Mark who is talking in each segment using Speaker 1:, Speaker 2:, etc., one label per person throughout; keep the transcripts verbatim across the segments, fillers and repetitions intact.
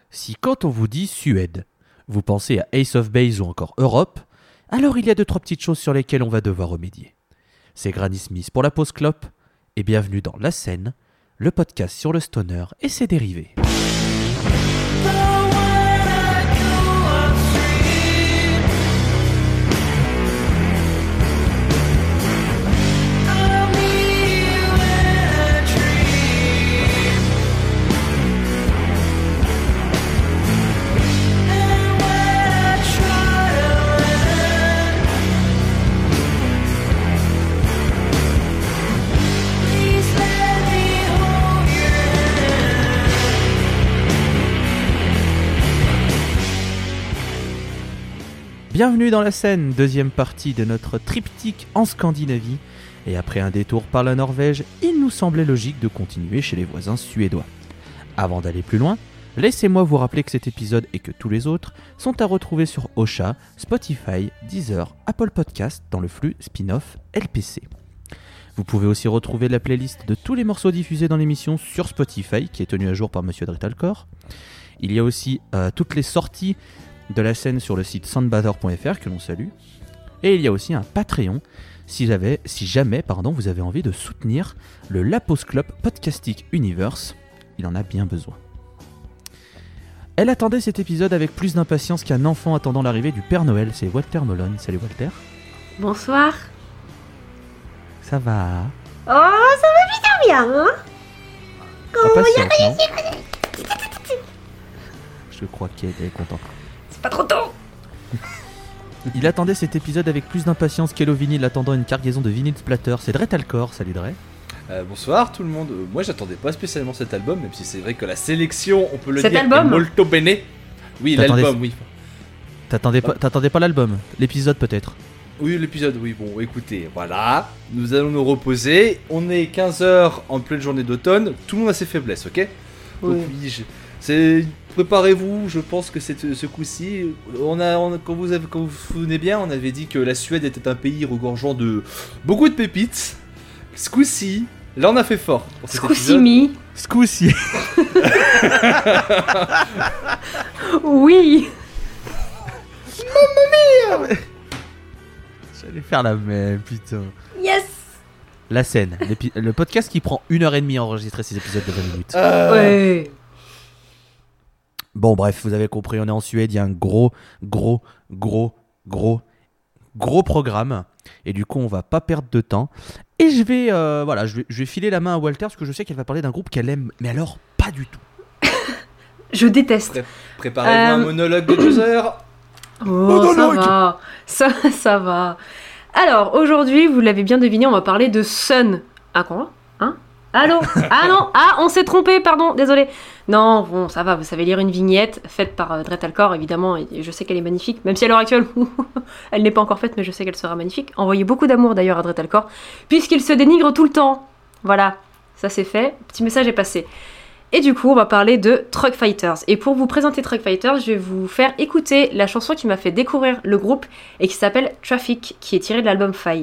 Speaker 1: Si quand on vous dit Suède, vous pensez à Ace of Base ou encore Europe, alors il y a deux trois petites choses sur lesquelles on va devoir remédier. C'est Granny Smith pour la pause clope, et bienvenue dans La Scène, le podcast sur le stoner et ses dérivés. Bienvenue dans La Scène, deuxième partie de notre triptyque en Scandinavie. Et après un détour par la Norvège, il nous semblait logique de continuer chez les voisins suédois. Avant d'aller plus loin, laissez-moi vous rappeler que cet épisode et que tous les autres sont à retrouver sur Ocha, Spotify, Deezer, Apple Podcast dans le flux spin-off L P C. Vous pouvez aussi retrouver la playlist de tous les morceaux diffusés dans l'émission sur Spotify, qui est tenue à jour par Monsieur Dretalcor. Il y a aussi euh, toutes les sorties de la scène sur le site soundbather point f r que l'on salue. Et il y a aussi un Patreon si, j'avais, si jamais pardon, vous avez envie de soutenir le Lapos Club Podcastic Universe. Il en a bien besoin. Elle attendait cet épisode avec plus d'impatience qu'un enfant attendant l'arrivée du Père Noël. C'est Walter Molon. Salut Walter.
Speaker 2: Bonsoir.
Speaker 1: Ça va?
Speaker 2: Oh, ça va plutôt bien, hein? Comment y a réussi?
Speaker 1: Je crois qu'elle est contente.
Speaker 2: Pas trop tôt.
Speaker 1: Il attendait cet épisode avec plus d'impatience qu'Hello Vinyl attendant une cargaison de vinyle splatter. C'est Dretalcor, salut Dre.
Speaker 3: Euh, bonsoir tout le monde. Euh, moi j'attendais pas spécialement cet album, même si c'est vrai que la sélection, on peut le
Speaker 2: cet
Speaker 3: dire,
Speaker 2: album
Speaker 3: est molto bene. Oui,
Speaker 1: T'attendais...
Speaker 3: l'album, oui.
Speaker 1: T'attendais pas, t'attendais pas l'album, l'épisode peut-être.
Speaker 3: Oui, l'épisode, oui. Bon, écoutez, voilà. Nous allons nous reposer. On est quinze heures en pleine journée d'automne. Tout le monde a ses faiblesses, ok?
Speaker 2: Oui.
Speaker 3: Donc oui, je... c'est... préparez-vous, je pense que c'est ce coup-ci, on a, on, quand, vous avez, quand vous vous souvenez bien, on avait dit que la Suède était un pays regorgeant de beaucoup de pépites. Ce coup-ci, là on a fait fort.
Speaker 2: Ce coup-ci, mi.
Speaker 1: Ce coup-ci.
Speaker 2: Oui.
Speaker 1: Mamma mia. J'allais faire la même, putain.
Speaker 2: Yes.
Speaker 1: La Scène, le podcast qui prend une heure et demie à enregistrer ces épisodes de vingt minutes.
Speaker 3: Euh...
Speaker 2: Ouais.
Speaker 1: Bon bref, vous avez compris, on est en Suède, il y a un gros, gros, gros, gros, gros programme. Et du coup, on va pas perdre de temps. Et je vais, euh, voilà, je vais, je vais filer la main à Walter parce que je sais qu'elle va parler d'un groupe qu'elle aime, mais alors pas du tout.
Speaker 2: Je déteste.
Speaker 3: Pré- préparez-vous euh... un monologue de deux heures.
Speaker 2: Oh, monologue. ça va, ça, ça va. Alors, aujourd'hui, vous l'avez bien deviné, on va parler de Sun. Ah quoi? Hein? Allô? Ah non, ah on s'est trompé, pardon, désolé. Non, bon, ça va, vous savez lire une vignette faite par euh, Dretalcor, évidemment, et je sais qu'elle est magnifique, même si à l'heure actuelle, elle n'est pas encore faite, mais je sais qu'elle sera magnifique. Envoyez beaucoup d'amour d'ailleurs à Dretalcor, puisqu'il se dénigre tout le temps. Voilà, ça c'est fait, petit message est passé. Et du coup, on va parler de Truck Fighters. Et pour vous présenter Truck Fighters, je vais vous faire écouter la chanson qui m'a fait découvrir le groupe et qui s'appelle Traffic, qui est tirée de l'album Faille.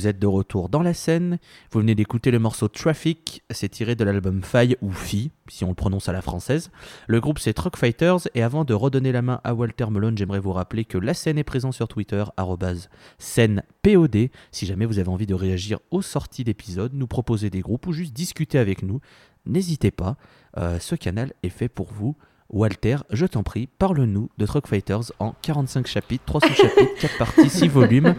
Speaker 1: vous êtes de retour dans la scène. Vous venez d'écouter le morceau Traffic, c'est tiré de l'album Faille ou Fi, si on le prononce à la française. Le groupe c'est Truck Fighters, et avant de redonner la main à Walter Melon, j'aimerais vous rappeler que la scène est présente sur Twitter, arobase scène P O D. Si jamais vous avez envie de réagir aux sorties d'épisodes, nous proposer des groupes ou juste discuter avec nous, n'hésitez pas, euh, ce canal est fait pour vous. Walter, je t'en prie, parle-nous de Truck Fighters en quarante-cinq chapitres, trois cents chapitres, quatre parties, six volumes.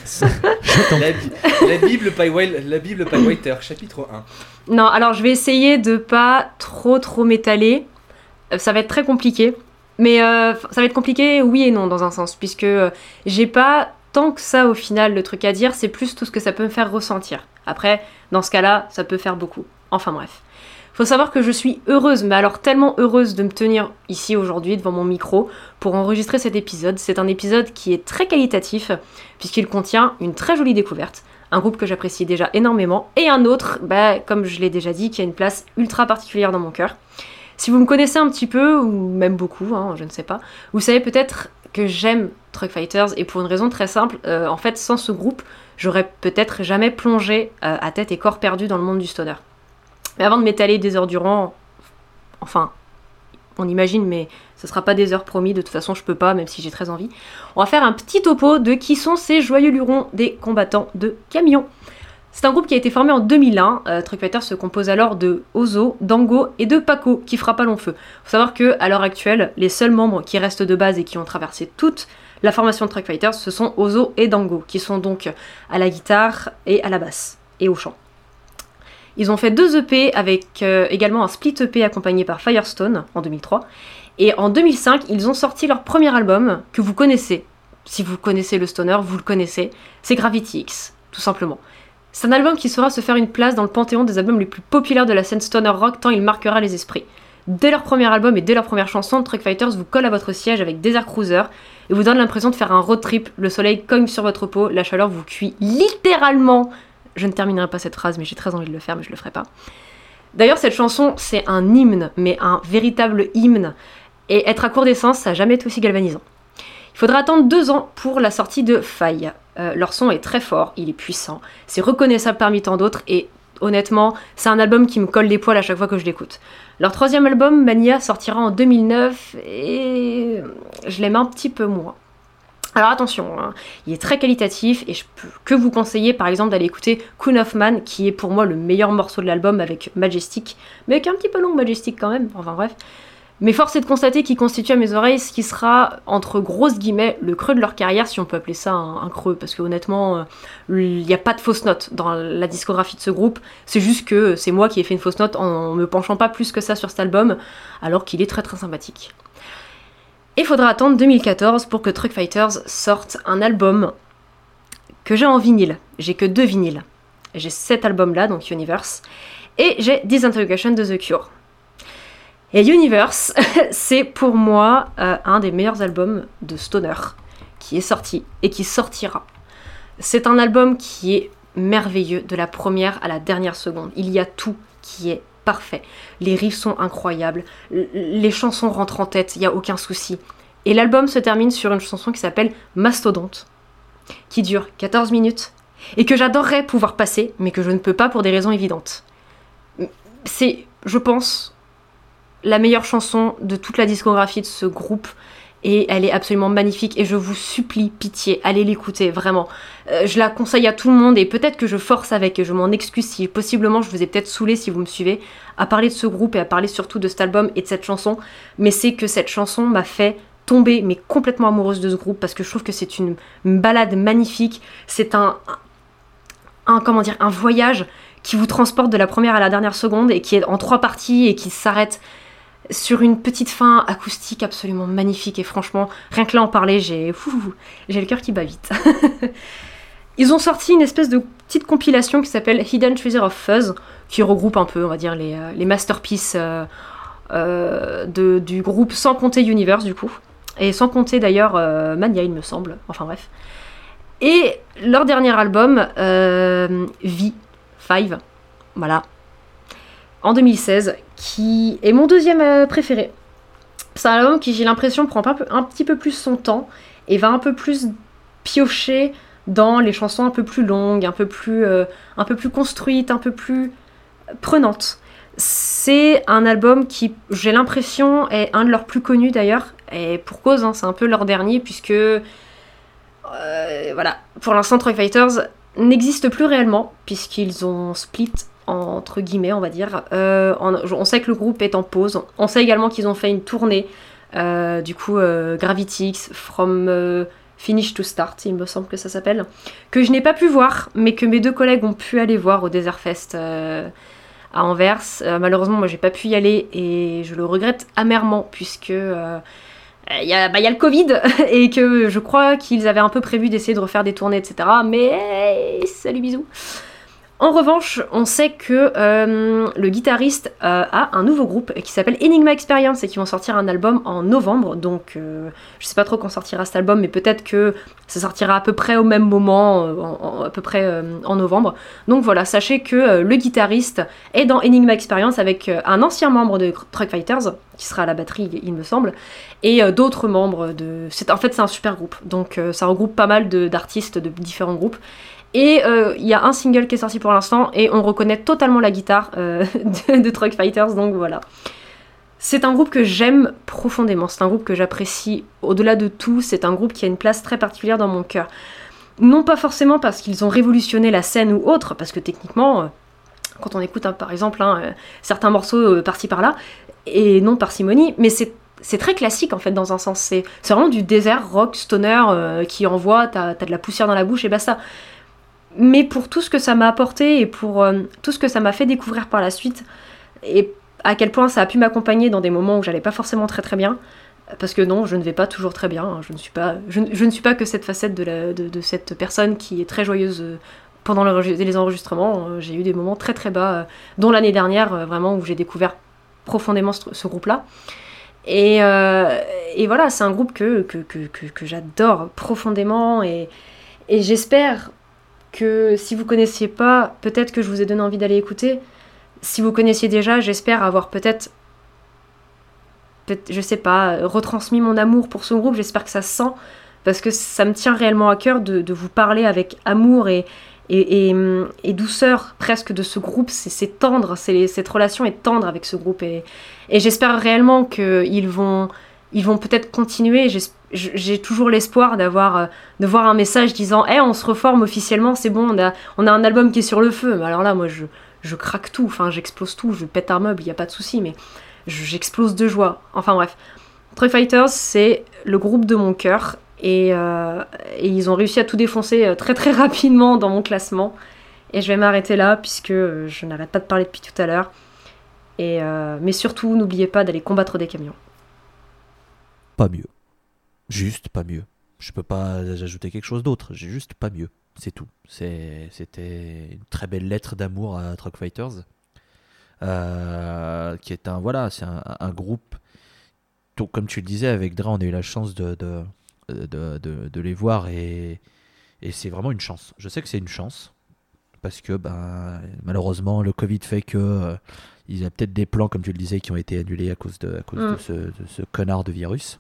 Speaker 1: Je t'en
Speaker 3: La, bi- la Bible Pie la Bible Pie Walter, chapitre un.
Speaker 2: Non, alors je vais essayer de pas trop trop m'étaler. Euh, Ça va être très compliqué. Mais euh, ça va être compliqué, oui et non, dans un sens. Puisque euh, j'ai pas tant que ça au final, le truc à dire, c'est plus tout ce que ça peut me faire ressentir. Après, dans ce cas-là, ça peut faire beaucoup. Enfin bref. Faut savoir que je suis heureuse, mais alors tellement heureuse de me tenir ici aujourd'hui devant mon micro pour enregistrer cet épisode. C'est un épisode qui est très qualitatif puisqu'il contient une très jolie découverte, un groupe que j'apprécie déjà énormément et un autre, bah, comme je l'ai déjà dit, qui a une place ultra particulière dans mon cœur. Si vous me connaissez un petit peu, ou même beaucoup, hein, je ne sais pas, vous savez peut-être que j'aime Truck Fighters et pour une raison très simple, euh, en fait sans ce groupe, j'aurais peut-être jamais plongé euh, à tête et corps perdu dans le monde du stoner. Mais avant de m'étaler des heures durant, enfin, on imagine, mais ce sera pas des heures promis, de toute façon je peux pas, même si j'ai très envie. On va faire un petit topo de qui sont ces joyeux lurons des combattants de camions. C'est un groupe qui a été formé en deux mille un. Euh, Truck Fighters se compose alors de Ozo, Dango et de Paco, qui fera pas long feu. Faut savoir que à l'heure actuelle, les seuls membres qui restent de base et qui ont traversé toute la formation de Truck Fighters, ce sont Ozo et Dango, qui sont donc à la guitare et à la basse, et au chant. Ils ont fait deux E P avec euh, également un split E P accompagné par Firestone en deux mille trois. Et en deux mille cinq, ils ont sorti leur premier album que vous connaissez. Si vous connaissez le stoner, vous le connaissez. C'est Gravity X, tout simplement. C'est un album qui saura se faire une place dans le panthéon des albums les plus populaires de la scène stoner rock tant il marquera les esprits. Dès leur premier album et dès leur première chanson, Truck Fighters vous colle à votre siège avec Desert Cruiser et vous donne l'impression de faire un road trip. Le soleil cogne sur votre peau, la chaleur vous cuit littéralement. Je ne terminerai pas cette phrase, mais j'ai très envie de le faire, mais je le ferai pas. D'ailleurs, cette chanson, c'est un hymne, mais un véritable hymne. Et être à court d'essence, ça n'a jamais été aussi galvanisant. Il faudra attendre deux ans pour la sortie de Faille. Euh, leur son est très fort, il est puissant, c'est reconnaissable parmi tant d'autres, et honnêtement, c'est un album qui me colle les poils à chaque fois que je l'écoute. Leur troisième album, Mania, sortira en deux mille neuf, et je l'aime un petit peu moins. Alors attention, hein, il est très qualitatif et je peux que vous conseiller par exemple d'aller écouter Queen of Man, qui est pour moi le meilleur morceau de l'album avec Majestic, mais avec un petit peu long Majestic quand même, enfin bref. Mais force est de constater qu'il constitue à mes oreilles ce qui sera, entre grosses guillemets, le creux de leur carrière, si on peut appeler ça un, un creux, parce que honnêtement, il euh, n'y a pas de fausse note dans la discographie de ce groupe, c'est juste que c'est moi qui ai fait une fausse note en me penchant pas plus que ça sur cet album, alors qu'il est très très sympathique. Il faudra attendre deux mille quatorze pour que Truck Fighters sorte un album que j'ai en vinyle. J'ai que deux vinyles. J'ai cet album-là, donc Universe, et j'ai Disintegration de The Cure. Et Universe, c'est pour moi euh, un des meilleurs albums de stoner qui est sorti et qui sortira. C'est un album qui est merveilleux de la première à la dernière seconde. Il y a tout qui est parfait. Les riffs sont incroyables, les chansons rentrent en tête, il n'y a aucun souci. Et l'album se termine sur une chanson qui s'appelle Mastodonte, qui dure quatorze minutes, et que j'adorerais pouvoir passer, mais que je ne peux pas pour des raisons évidentes. C'est, je pense, la meilleure chanson de toute la discographie de ce groupe, et elle est absolument magnifique, et je vous supplie, pitié, allez l'écouter, vraiment. Euh, je la conseille à tout le monde, et peut-être que je force avec, et je m'en excuse si possiblement je vous ai peut-être saoulé si vous me suivez, à parler de ce groupe et à parler surtout de cet album et de cette chanson, mais c'est que cette chanson m'a fait tomber, mais complètement amoureuse de ce groupe, parce que je trouve que c'est une, une balade magnifique, c'est un, un, comment dire, un voyage qui vous transporte de la première à la dernière seconde, et qui est en trois parties, et qui s'arrête sur une petite fin acoustique absolument magnifique, et franchement, rien que là en parler, j'ai, ouh, j'ai le cœur qui bat vite. Ils ont sorti une espèce de petite compilation qui s'appelle Hidden Treasure of Fuzz, qui regroupe un peu, on va dire, les, les masterpieces euh, euh, de, du groupe, sans compter Universe du coup, et sans compter d'ailleurs euh, Mania, il me semble, enfin bref. Et leur dernier album, euh, V, Five, voilà, en deux mille seize, qui est mon deuxième euh, préféré. C'est un album qui, j'ai l'impression, prend un, peu, un petit peu plus son temps et va un peu plus piocher dans les chansons un peu plus longues, un peu plus, euh, un peu plus construites, un peu plus prenantes. C'est un album qui, j'ai l'impression, est un de leurs plus connus d'ailleurs, et pour cause, hein, c'est un peu leur dernier, puisque, euh, voilà, pour l'instant, Truck Fighters n'existe plus réellement, puisqu'ils ont split, entre guillemets, on va dire. Euh, on, on sait que le groupe est en pause, on sait également qu'ils ont fait une tournée, euh, du coup, euh, Gravity X, From euh, Finish to Start, il me semble que ça s'appelle, que je n'ai pas pu voir, mais que mes deux collègues ont pu aller voir au Desert Fest, euh, à Anvers. Euh, malheureusement, moi, j'ai pas pu y aller et je le regrette amèrement puisque euh, il y a, bah, y a le Covid et que je crois qu'ils avaient un peu prévu d'essayer de refaire des tournées, et cetera. Mais hey, salut, bisous. En revanche, on sait que euh, le guitariste euh, a un nouveau groupe qui s'appelle Enigma Experience et qui vont sortir un album en novembre. Donc, euh, je sais pas trop quand sortira cet album, mais peut-être que ça sortira à peu près au même moment, euh, en, en, à peu près euh, en novembre. Donc voilà, sachez que euh, le guitariste est dans Enigma Experience avec euh, un ancien membre de Truck Fighters, qui sera à la batterie, il me semble, et euh, d'autres membres de... C'est, en fait, c'est un super groupe. Donc, euh, ça regroupe pas mal de, d'artistes de différents groupes. Et il euh, y a un single qui est sorti pour l'instant et on reconnaît totalement la guitare euh, de, de Truck Fighters, donc voilà. C'est un groupe que j'aime profondément, c'est un groupe que j'apprécie au-delà de tout, c'est un groupe qui a une place très particulière dans mon cœur. Non pas forcément parce qu'ils ont révolutionné la scène ou autre, parce que techniquement, euh, quand on écoute hein, par exemple hein, euh, certains morceaux euh, par-ci par-là, et non parcimonie, mais c'est C'est très classique en fait dans un sens, c'est, c'est vraiment du désert rock stoner euh, qui envoie, t'as, t'as de la poussière dans la bouche et basta. Mais pour tout ce que ça m'a apporté et pour euh, tout ce que ça m'a fait découvrir par la suite, et à quel point ça a pu m'accompagner dans des moments où j'allais pas forcément très très bien, parce que non, je ne vais pas toujours très bien, hein, je, ne suis pas, je, je ne suis pas que cette facette de, la, de, de cette personne qui est très joyeuse pendant les enregistrements, j'ai eu des moments très très bas, dont l'année dernière, vraiment, où j'ai découvert profondément ce, ce groupe-là. Et, euh, et voilà, c'est un groupe que, que, que, que, que j'adore profondément, et, et j'espère que si vous connaissiez pas, peut-être que je vous ai donné envie d'aller écouter. Si vous connaissiez déjà, j'espère avoir peut-être, peut-être, je sais pas, retransmis mon amour pour ce groupe. J'espère que ça se sent, parce que ça me tient réellement à cœur de, de vous parler avec amour et, et, et, et douceur presque de ce groupe. C'est, c'est tendre, c'est, cette relation est tendre avec ce groupe. Et, et j'espère réellement qu'ils vont... Ils vont peut-être continuer. J'ai, j'ai toujours l'espoir d'avoir, de voir un message disant hey, « on se reforme officiellement, c'est bon, on a, on a un album qui est sur le feu. » Mais alors là, moi, je, je craque tout, enfin, j'explose tout, je pète un meuble, il n'y a pas de souci, mais je, j'explose de joie. Enfin bref, Truck Fighters, c'est le groupe de mon cœur, et, euh, et ils ont réussi à tout défoncer très très rapidement dans mon classement. Et je vais m'arrêter là, puisque je n'arrête pas de parler depuis tout à l'heure. Et, euh, mais surtout, n'oubliez pas d'aller combattre des camions.
Speaker 1: Pas mieux. Juste pas mieux. Je peux pas ajouter quelque chose d'autre. J'ai juste pas mieux. C'est tout. C'est, c'était une très belle lettre d'amour à Truck Fighters. Euh, qui est un... Voilà, c'est un, un groupe... Donc, comme tu le disais, avec Dre, on a eu la chance de, de, de, de, de les voir. Et, et c'est vraiment une chance. Je sais que c'est une chance. Parce que, ben, malheureusement, le Covid fait que... Euh, il y a peut-être des plans, comme tu le disais, qui ont été annulés à cause de, à cause mmh. de, ce, de ce connard de virus.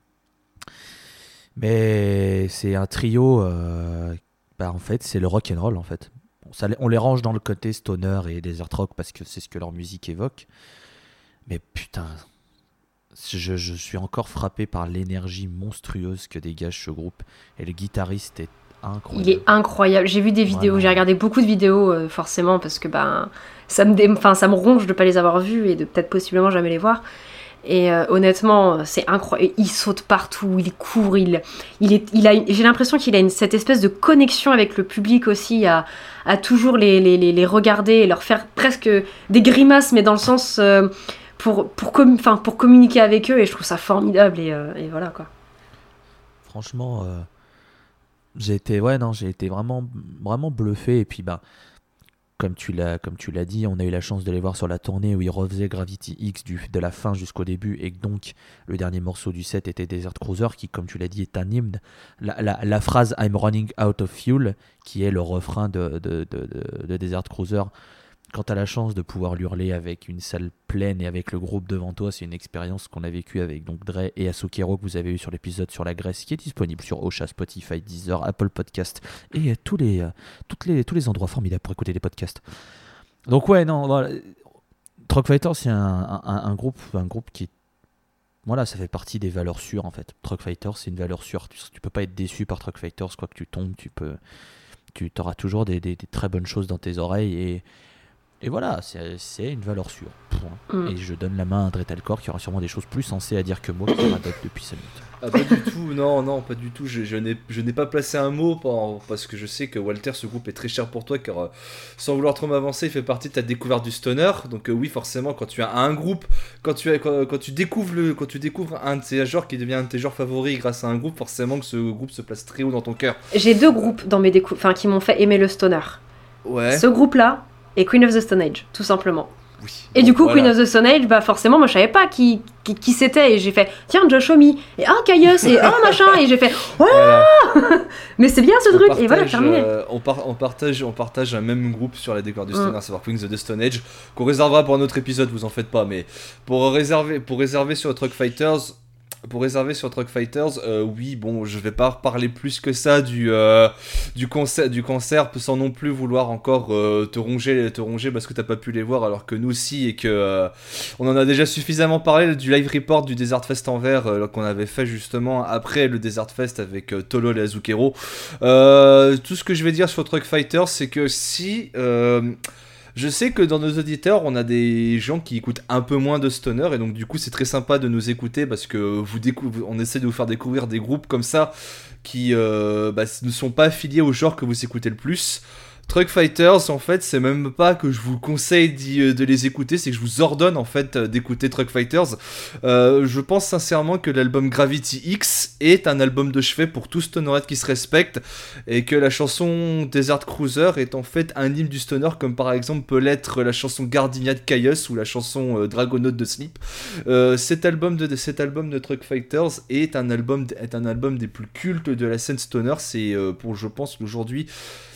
Speaker 1: Mais c'est un trio, euh, bah en fait, c'est le rock'n'roll en fait. Ça, on les range dans le côté stoner et desert rock parce que c'est ce que leur musique évoque. Mais putain, je, je suis encore frappé par l'énergie monstrueuse que dégage ce groupe. Et le guitariste est incroyable.
Speaker 2: Il est incroyable. J'ai vu des vidéos, voilà. J'ai regardé beaucoup de vidéos euh, forcément parce que ben, ça, me dé... enfin, ça me ronge de ne pas les avoir vues et de peut-être possiblement jamais les voir. Et euh, honnêtement, c'est incroyable. Il saute partout, il court, il, il est, il a, j'ai l'impression qu'il a une, cette espèce de connexion avec le public aussi, à, à toujours les, les, les, les regarder et leur faire presque des grimaces, mais dans le sens euh, pour, pour, com- pour communiquer avec eux. Et je trouve ça formidable. Et, euh, et voilà quoi.
Speaker 1: Franchement, euh, j'ai été, ouais, non, j'ai été vraiment, vraiment bluffé. Et puis, bah. Comme tu, l'as, comme tu l'as dit, on a eu la chance de les voir sur la tournée où ils refaisaient Gravity X du, de la fin jusqu'au début, et donc le dernier morceau du set était Desert Cruiser, qui, comme tu l'as dit, est un hymne. La, la, la phrase I'm running out of fuel, qui est le refrain de, de, de, de, de Desert Cruiser, quand tu as la chance de pouvoir l'hurler avec une salle pleine et avec le groupe devant toi, c'est une expérience qu'on a vécue avec donc Dre et Asukero que vous avez eu sur l'épisode sur la Grèce, qui est disponible sur Ocha, Spotify, Deezer, Apple Podcast et tous les, euh, toutes les, tous les endroits formidables pour écouter des podcasts. Donc ouais, non, voilà. Truck Fighters, c'est un, un, un, groupe, un groupe qui, voilà, ça fait partie des valeurs sûres en fait. Truck Fighters, c'est une valeur sûre. Tu, tu peux pas être déçu par Truck Fighters, quoi que tu tombes, tu peux, tu auras toujours des, des, des très bonnes choses dans tes oreilles et Et voilà, c'est, c'est une valeur sûre. Point. Mm. Et je donne la main à Dretalcor qui aura sûrement des choses plus sensées à dire que moi qui radote depuis cinq minutes.
Speaker 3: Ah, pas du tout, non, non, pas du tout. Je, je, n'ai, je n'ai pas placé un mot parce que je sais que Walter, ce groupe est très cher pour toi car euh, sans vouloir trop m'avancer, il fait partie de ta découverte du stoner. Donc euh, oui, forcément, quand tu as un groupe, quand tu, as, quand, quand, tu découvres le, quand tu découvres un de tes genres qui devient un de tes genres favoris grâce à un groupe, forcément que ce groupe se place très haut dans ton cœur.
Speaker 2: J'ai deux groupes dans mes décou- enfin, qui m'ont fait aimer le stoner.
Speaker 3: Ouais.
Speaker 2: Ce groupe-là et Queen of the Stone Age, tout simplement.
Speaker 3: Oui,
Speaker 2: et
Speaker 3: bon,
Speaker 2: du coup,
Speaker 3: voilà.
Speaker 2: Queen of the Stone Age, bah forcément, moi je savais pas qui, qui, qui c'était. Et j'ai fait, tiens, Josh Homme, et ah, Caius, et ah, machin. Et j'ai fait, voilà, voilà. Mais c'est bien ce
Speaker 3: on
Speaker 2: truc,
Speaker 3: partage,
Speaker 2: et voilà, terminé.
Speaker 3: Euh, on, par, on, partage, on partage un même groupe sur la découverte du stoner, mm. à savoir Queen of the Stone Age, qu'on réservera pour un autre épisode, vous en faites pas. Mais pour réserver, pour réserver sur Truck Fighters. Pour réserver sur Truck Fighters, euh, oui, bon, je vais pas reparler plus que ça du, euh, du, concert, du concert, sans non plus vouloir encore euh, te, ronger, te ronger parce que t'as pas pu les voir, alors que nous aussi, et que euh, on en a déjà suffisamment parlé du live report du Desert Fest Anvers euh, qu'on avait fait justement après le Desert Fest avec euh, Tolol et Azukero. Euh, tout ce que je vais dire sur Truck Fighters, c'est que si... Euh, Je sais que dans nos auditeurs, on a des gens qui écoutent un peu moins de stoner et donc du coup c'est très sympa de nous écouter parce que vous découvrez, on essaie de vous faire découvrir des groupes comme ça qui euh, bah, ne sont pas affiliés au genre que vous écoutez le plus. Truck Fighters, en fait, c'est même pas que je vous conseille de les écouter, c'est que je vous ordonne en fait d'écouter Truck Fighters. Euh, je pense sincèrement que l'album Gravity X est un album de chevet pour tout stonerhead qui se respecte et que la chanson Desert Cruiser est en fait un hymne du stoner, comme par exemple peut l'être la chanson Gardenia de Caius ou la chanson euh, Dragonaut de Sleep. Euh, cet album de, de cet album de Truck Fighters est un album est un album des plus cultes de la scène stoner. C'est euh, pour je pense aujourd'hui.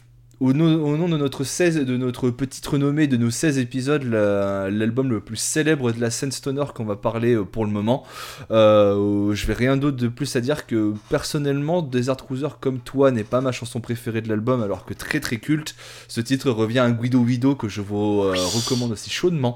Speaker 3: Au nom, au nom de notre seize, de notre petite renommée, de nos seize épisodes, la, l'album le plus célèbre de la scène stoner qu'on va parler pour le moment. Euh, je vais rien d'autre de plus à dire que personnellement, Desert Cruiser comme toi n'est pas ma chanson préférée de l'album, alors que très très culte. Ce titre revient à Guido Guido que je vous euh, recommande aussi chaudement.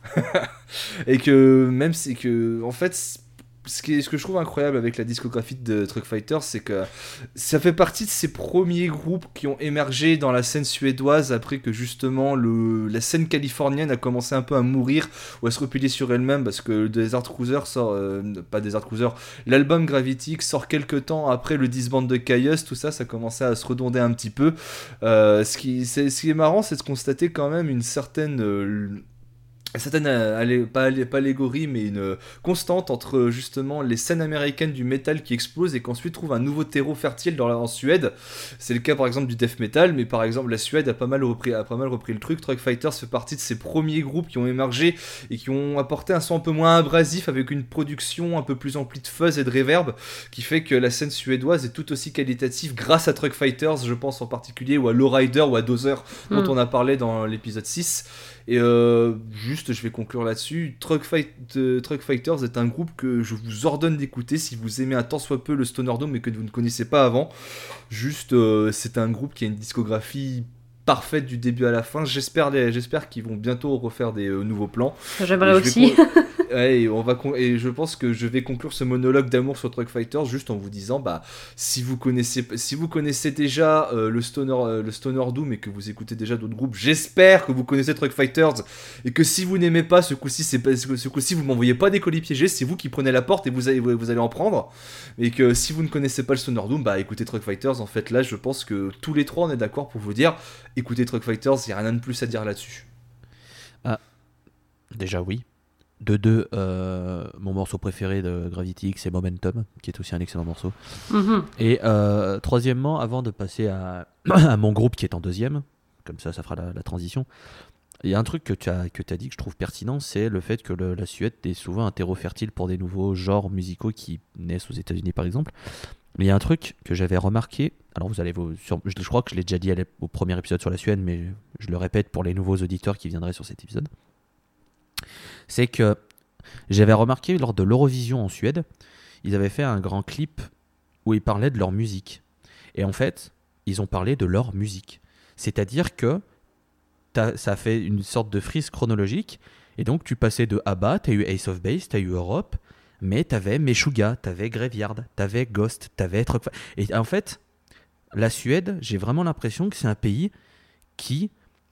Speaker 3: Et que même si que en fait. Ce, qui est, ce que je trouve incroyable avec la discographie de Truck Fighters, c'est que ça fait partie de ces premiers groupes qui ont émergé dans la scène suédoise après que justement le, la scène californienne a commencé un peu à mourir ou à se replier sur elle-même parce que Desert Cruiser sort, euh, pas Desert Cruiser, l'album Gravity sort quelques temps après le disband de Caius, tout ça, ça commençait à se redonder un petit peu. Euh, ce, qui, c'est, ce qui est marrant, c'est de constater quand même une certaine... Euh, certaine allez, pas, pas allégorie mais une constante entre justement les scènes américaines du métal qui explosent et qu'ensuite trouvent un nouveau terreau fertile dans la, en Suède. C'est le cas par exemple du death metal, mais par exemple la Suède a pas mal repris, a pas mal repris le truc. Truck Fighters fait partie de ces premiers groupes qui ont émergé et qui ont apporté un son un peu moins abrasif avec une production un peu plus emplie de fuzz et de reverb qui fait que la scène suédoise est tout aussi qualitative grâce à Truck Fighters, je pense en particulier, ou à Lowrider ou à Dozer dont mm. on a parlé dans l'épisode six. Et euh, juste, je vais conclure là-dessus. Truck, Fight, euh, Truck Fighters est un groupe que je vous ordonne d'écouter si vous aimez un tant soit peu le Stoner Dome mais que vous ne connaissez pas avant. Juste, euh, c'est un groupe qui a une discographie parfaite du début à la fin. J'espère, les, j'espère qu'ils vont bientôt refaire des euh, nouveaux plans.
Speaker 2: J'aimerais aussi.
Speaker 3: Con... ouais, et, on va con... et je pense que je vais conclure ce monologue d'amour sur Truck Fighters juste en vous disant, bah, si vous connaissez, si vous connaissez déjà euh, le Stoner, euh, le Stoner Doom et que vous écoutez déjà d'autres groupes, j'espère que vous connaissez Truck Fighters et que si vous n'aimez pas ce coup-ci, c'est pas, ce coup-ci vous m'envoyez pas des colis piégés, c'est vous qui prenez la porte et vous allez, vous allez en prendre. Et que si vous ne connaissez pas le Stoner Doom, bah écoutez Truck Fighters. En fait, là, je pense que tous les trois on est d'accord pour vous dire, écoutez Truck Fighters, il n'y a rien de plus à dire là-dessus.
Speaker 1: Ah, déjà oui. De deux, euh, mon morceau préféré de Gravity X, c'est Momentum, qui est aussi un excellent morceau. Mm-hmm. Et euh, troisièmement, avant de passer à, à mon groupe qui est en deuxième, comme ça, ça fera la, la transition, il y a un truc que tu as, que tu as dit que je trouve pertinent, c'est le fait que le, la Suède est souvent un terreau fertile pour des nouveaux genres musicaux qui naissent aux États-Unis, par exemple. il y a un truc que j'avais remarqué. Alors vous allez vous, sur, je, je crois que je l'ai déjà dit à au premier épisode sur la Suède, mais je le répète pour les nouveaux auditeurs qui viendraient sur cet épisode. C'est que j'avais remarqué lors de l'Eurovision en Suède, ils avaient fait un grand clip où ils parlaient de leur musique. Et en fait, ils ont parlé de leur musique. C'est-à-dire que ça a fait une sorte de frise chronologique. Et donc, tu passais de ABBA, tu as eu Ace of Base, tu as eu Europe, mais tu avais Meshuggah, tu avais Graveyard, tu avais Ghost, tu avais Truck. Et en fait, la Suède, j'ai vraiment l'impression que c'est un pays qui...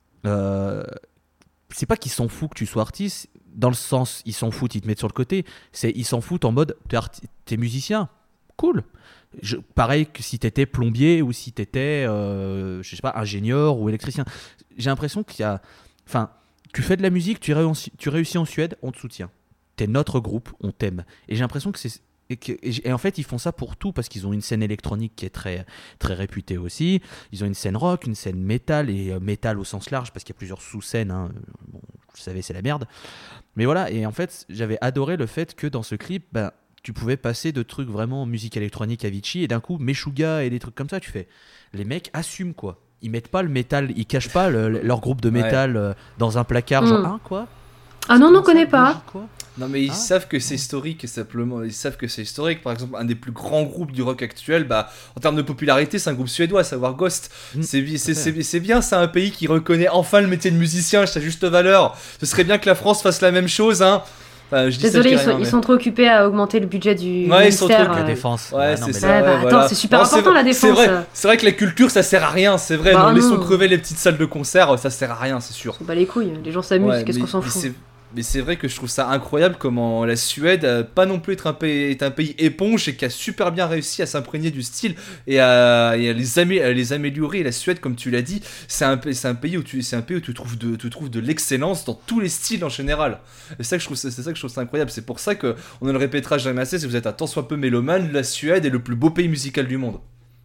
Speaker 1: Euh, c'est pas qu'ils s'en foutent que tu sois artiste, dans le sens, ils s'en foutent, ils te mettent sur le côté. C'est ils s'en foutent en mode, t'es, arti- t'es musicien, cool. Je, pareil que si t'étais plombier ou si t'étais, euh, je sais pas, ingénieur ou électricien. J'ai l'impression qu'il y a... Enfin, tu fais de la musique, tu réussis, tu réussis en Suède, on te soutient. T'es notre groupe, on t'aime. Et j'ai l'impression que c'est... Et, que, et, et en fait, ils font ça pour tout, parce qu'ils ont une scène électronique qui est très, très réputée aussi. Ils ont une scène rock, une scène métal, et euh, métal au sens large, parce qu'il y a plusieurs sous-scènes. Hein. Bon, vous savez, c'est la merde. Mais voilà, et en fait, j'avais adoré le fait que dans ce clip, ben, tu pouvais passer de trucs vraiment musique électronique Avicii, et d'un coup, Meshuggah et des trucs comme ça, tu fais... Les mecs assument, quoi. Ils mettent pas le métal, ils cachent pas le, leur groupe de métal ouais. euh, dans un placard, mmh. genre, hein, quoi
Speaker 2: Ah non, non, connais pas.
Speaker 3: Quoi non mais ils ah, savent que c'est historique, simplement. Ils savent que c'est historique. Par exemple, un des plus grands groupes du rock actuel, bah, en termes de popularité, c'est un groupe suédois, à savoir Ghost. Mmh. C'est, c'est, c'est, c'est bien, c'est un pays qui reconnaît enfin le métier de musicien à sa juste valeur. Ce serait bien que la France fasse la même chose, hein. Enfin, je dis
Speaker 2: Désolé,
Speaker 3: ça,
Speaker 2: ils, sont,
Speaker 3: mais...
Speaker 2: ils sont trop occupés à augmenter le budget du
Speaker 3: ouais,
Speaker 2: ministère.
Speaker 3: Ils sont trop
Speaker 1: occupés à la défense.
Speaker 3: Ouais,
Speaker 1: ouais
Speaker 3: c'est
Speaker 1: non,
Speaker 3: ça.
Speaker 2: Ouais,
Speaker 3: Ouais,
Speaker 2: bah,
Speaker 3: voilà.
Speaker 2: Attends, c'est super
Speaker 3: non,
Speaker 2: important
Speaker 3: c'est,
Speaker 2: la défense.
Speaker 3: C'est vrai, c'est vrai que la culture, ça sert à rien, c'est vrai.
Speaker 2: Bah,
Speaker 3: non,
Speaker 2: non.
Speaker 3: Laissons crever les petites salles de concert, ça sert à rien, c'est sûr.
Speaker 2: On bat les couilles, les gens s'amusent,
Speaker 3: ouais,
Speaker 2: qu'est-ce
Speaker 3: mais,
Speaker 2: qu'on s'en fout.
Speaker 3: C'est... Mais c'est vrai que je trouve ça incroyable comment la Suède, euh, pas non plus être un pays, est un pays éponge et qui a super bien réussi à s'imprégner du style et à, et à, les, amé- à les améliorer. Et la Suède, comme tu l'as dit, c'est un, c'est un pays où tu, c'est un pays où tu trouves de, tu trouves de l'excellence dans tous les styles en général. Et c'est ça que je trouve, c'est ça que je trouve ça incroyable. C'est pour ça que on ne le répétera jamais assez. Si vous êtes un tant soit peu mélomane, la Suède est le plus beau pays musical du monde.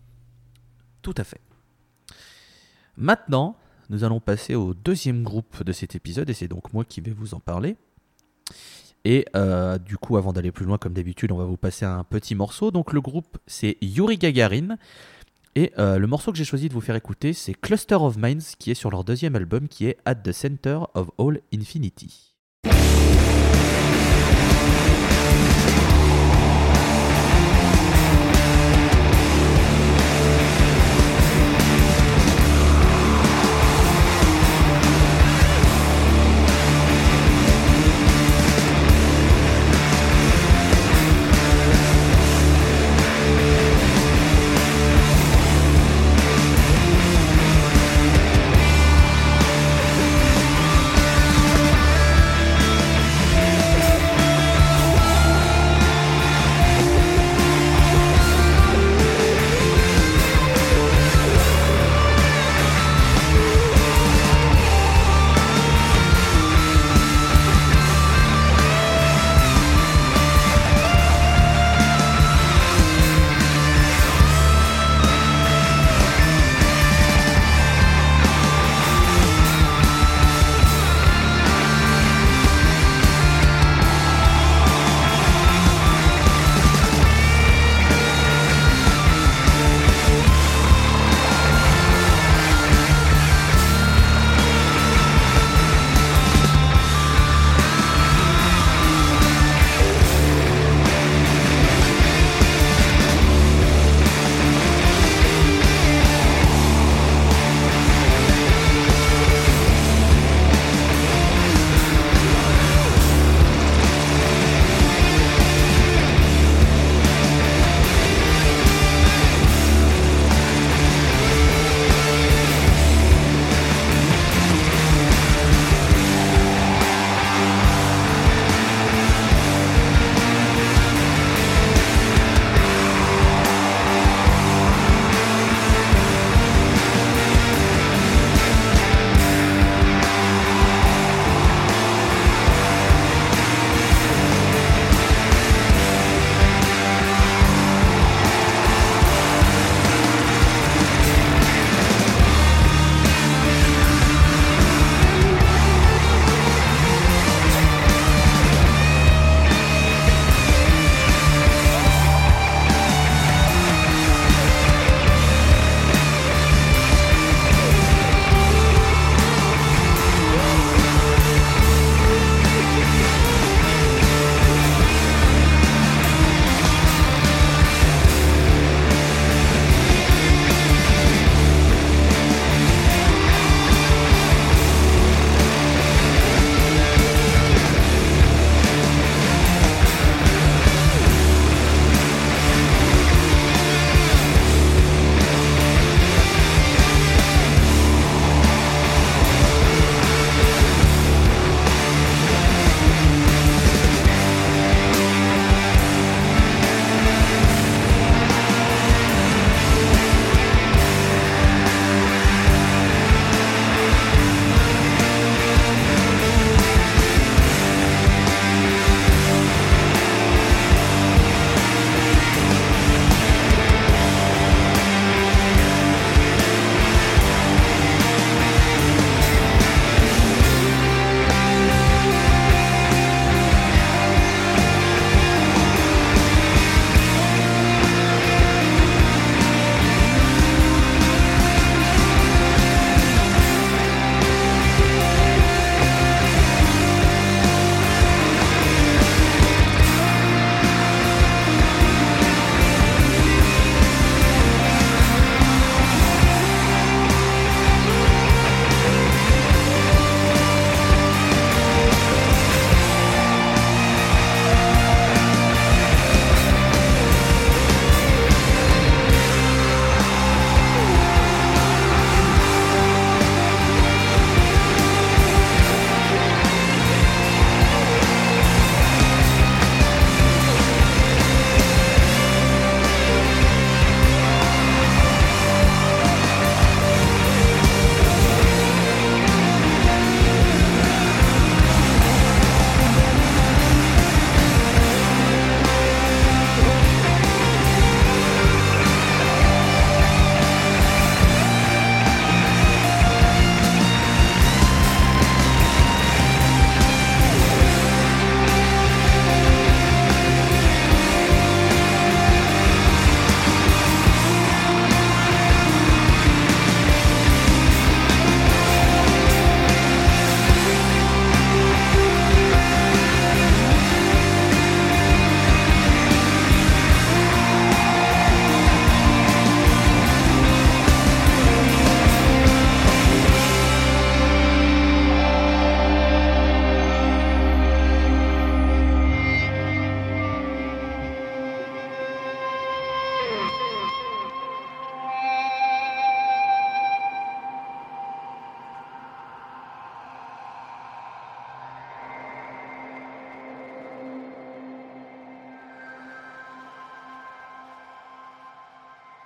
Speaker 1: Tout à fait. Maintenant, nous allons passer au deuxième groupe de cet épisode, et c'est donc moi qui vais vous en parler. Et euh, du coup, avant d'aller plus loin, comme d'habitude, on va vous passer un petit morceau. Donc le groupe, c'est Yuri Gagarin. Et euh, le morceau que j'ai choisi de vous faire écouter, c'est Cluster of Minds, qui est sur leur deuxième album, qui est At the Center of All Infinity.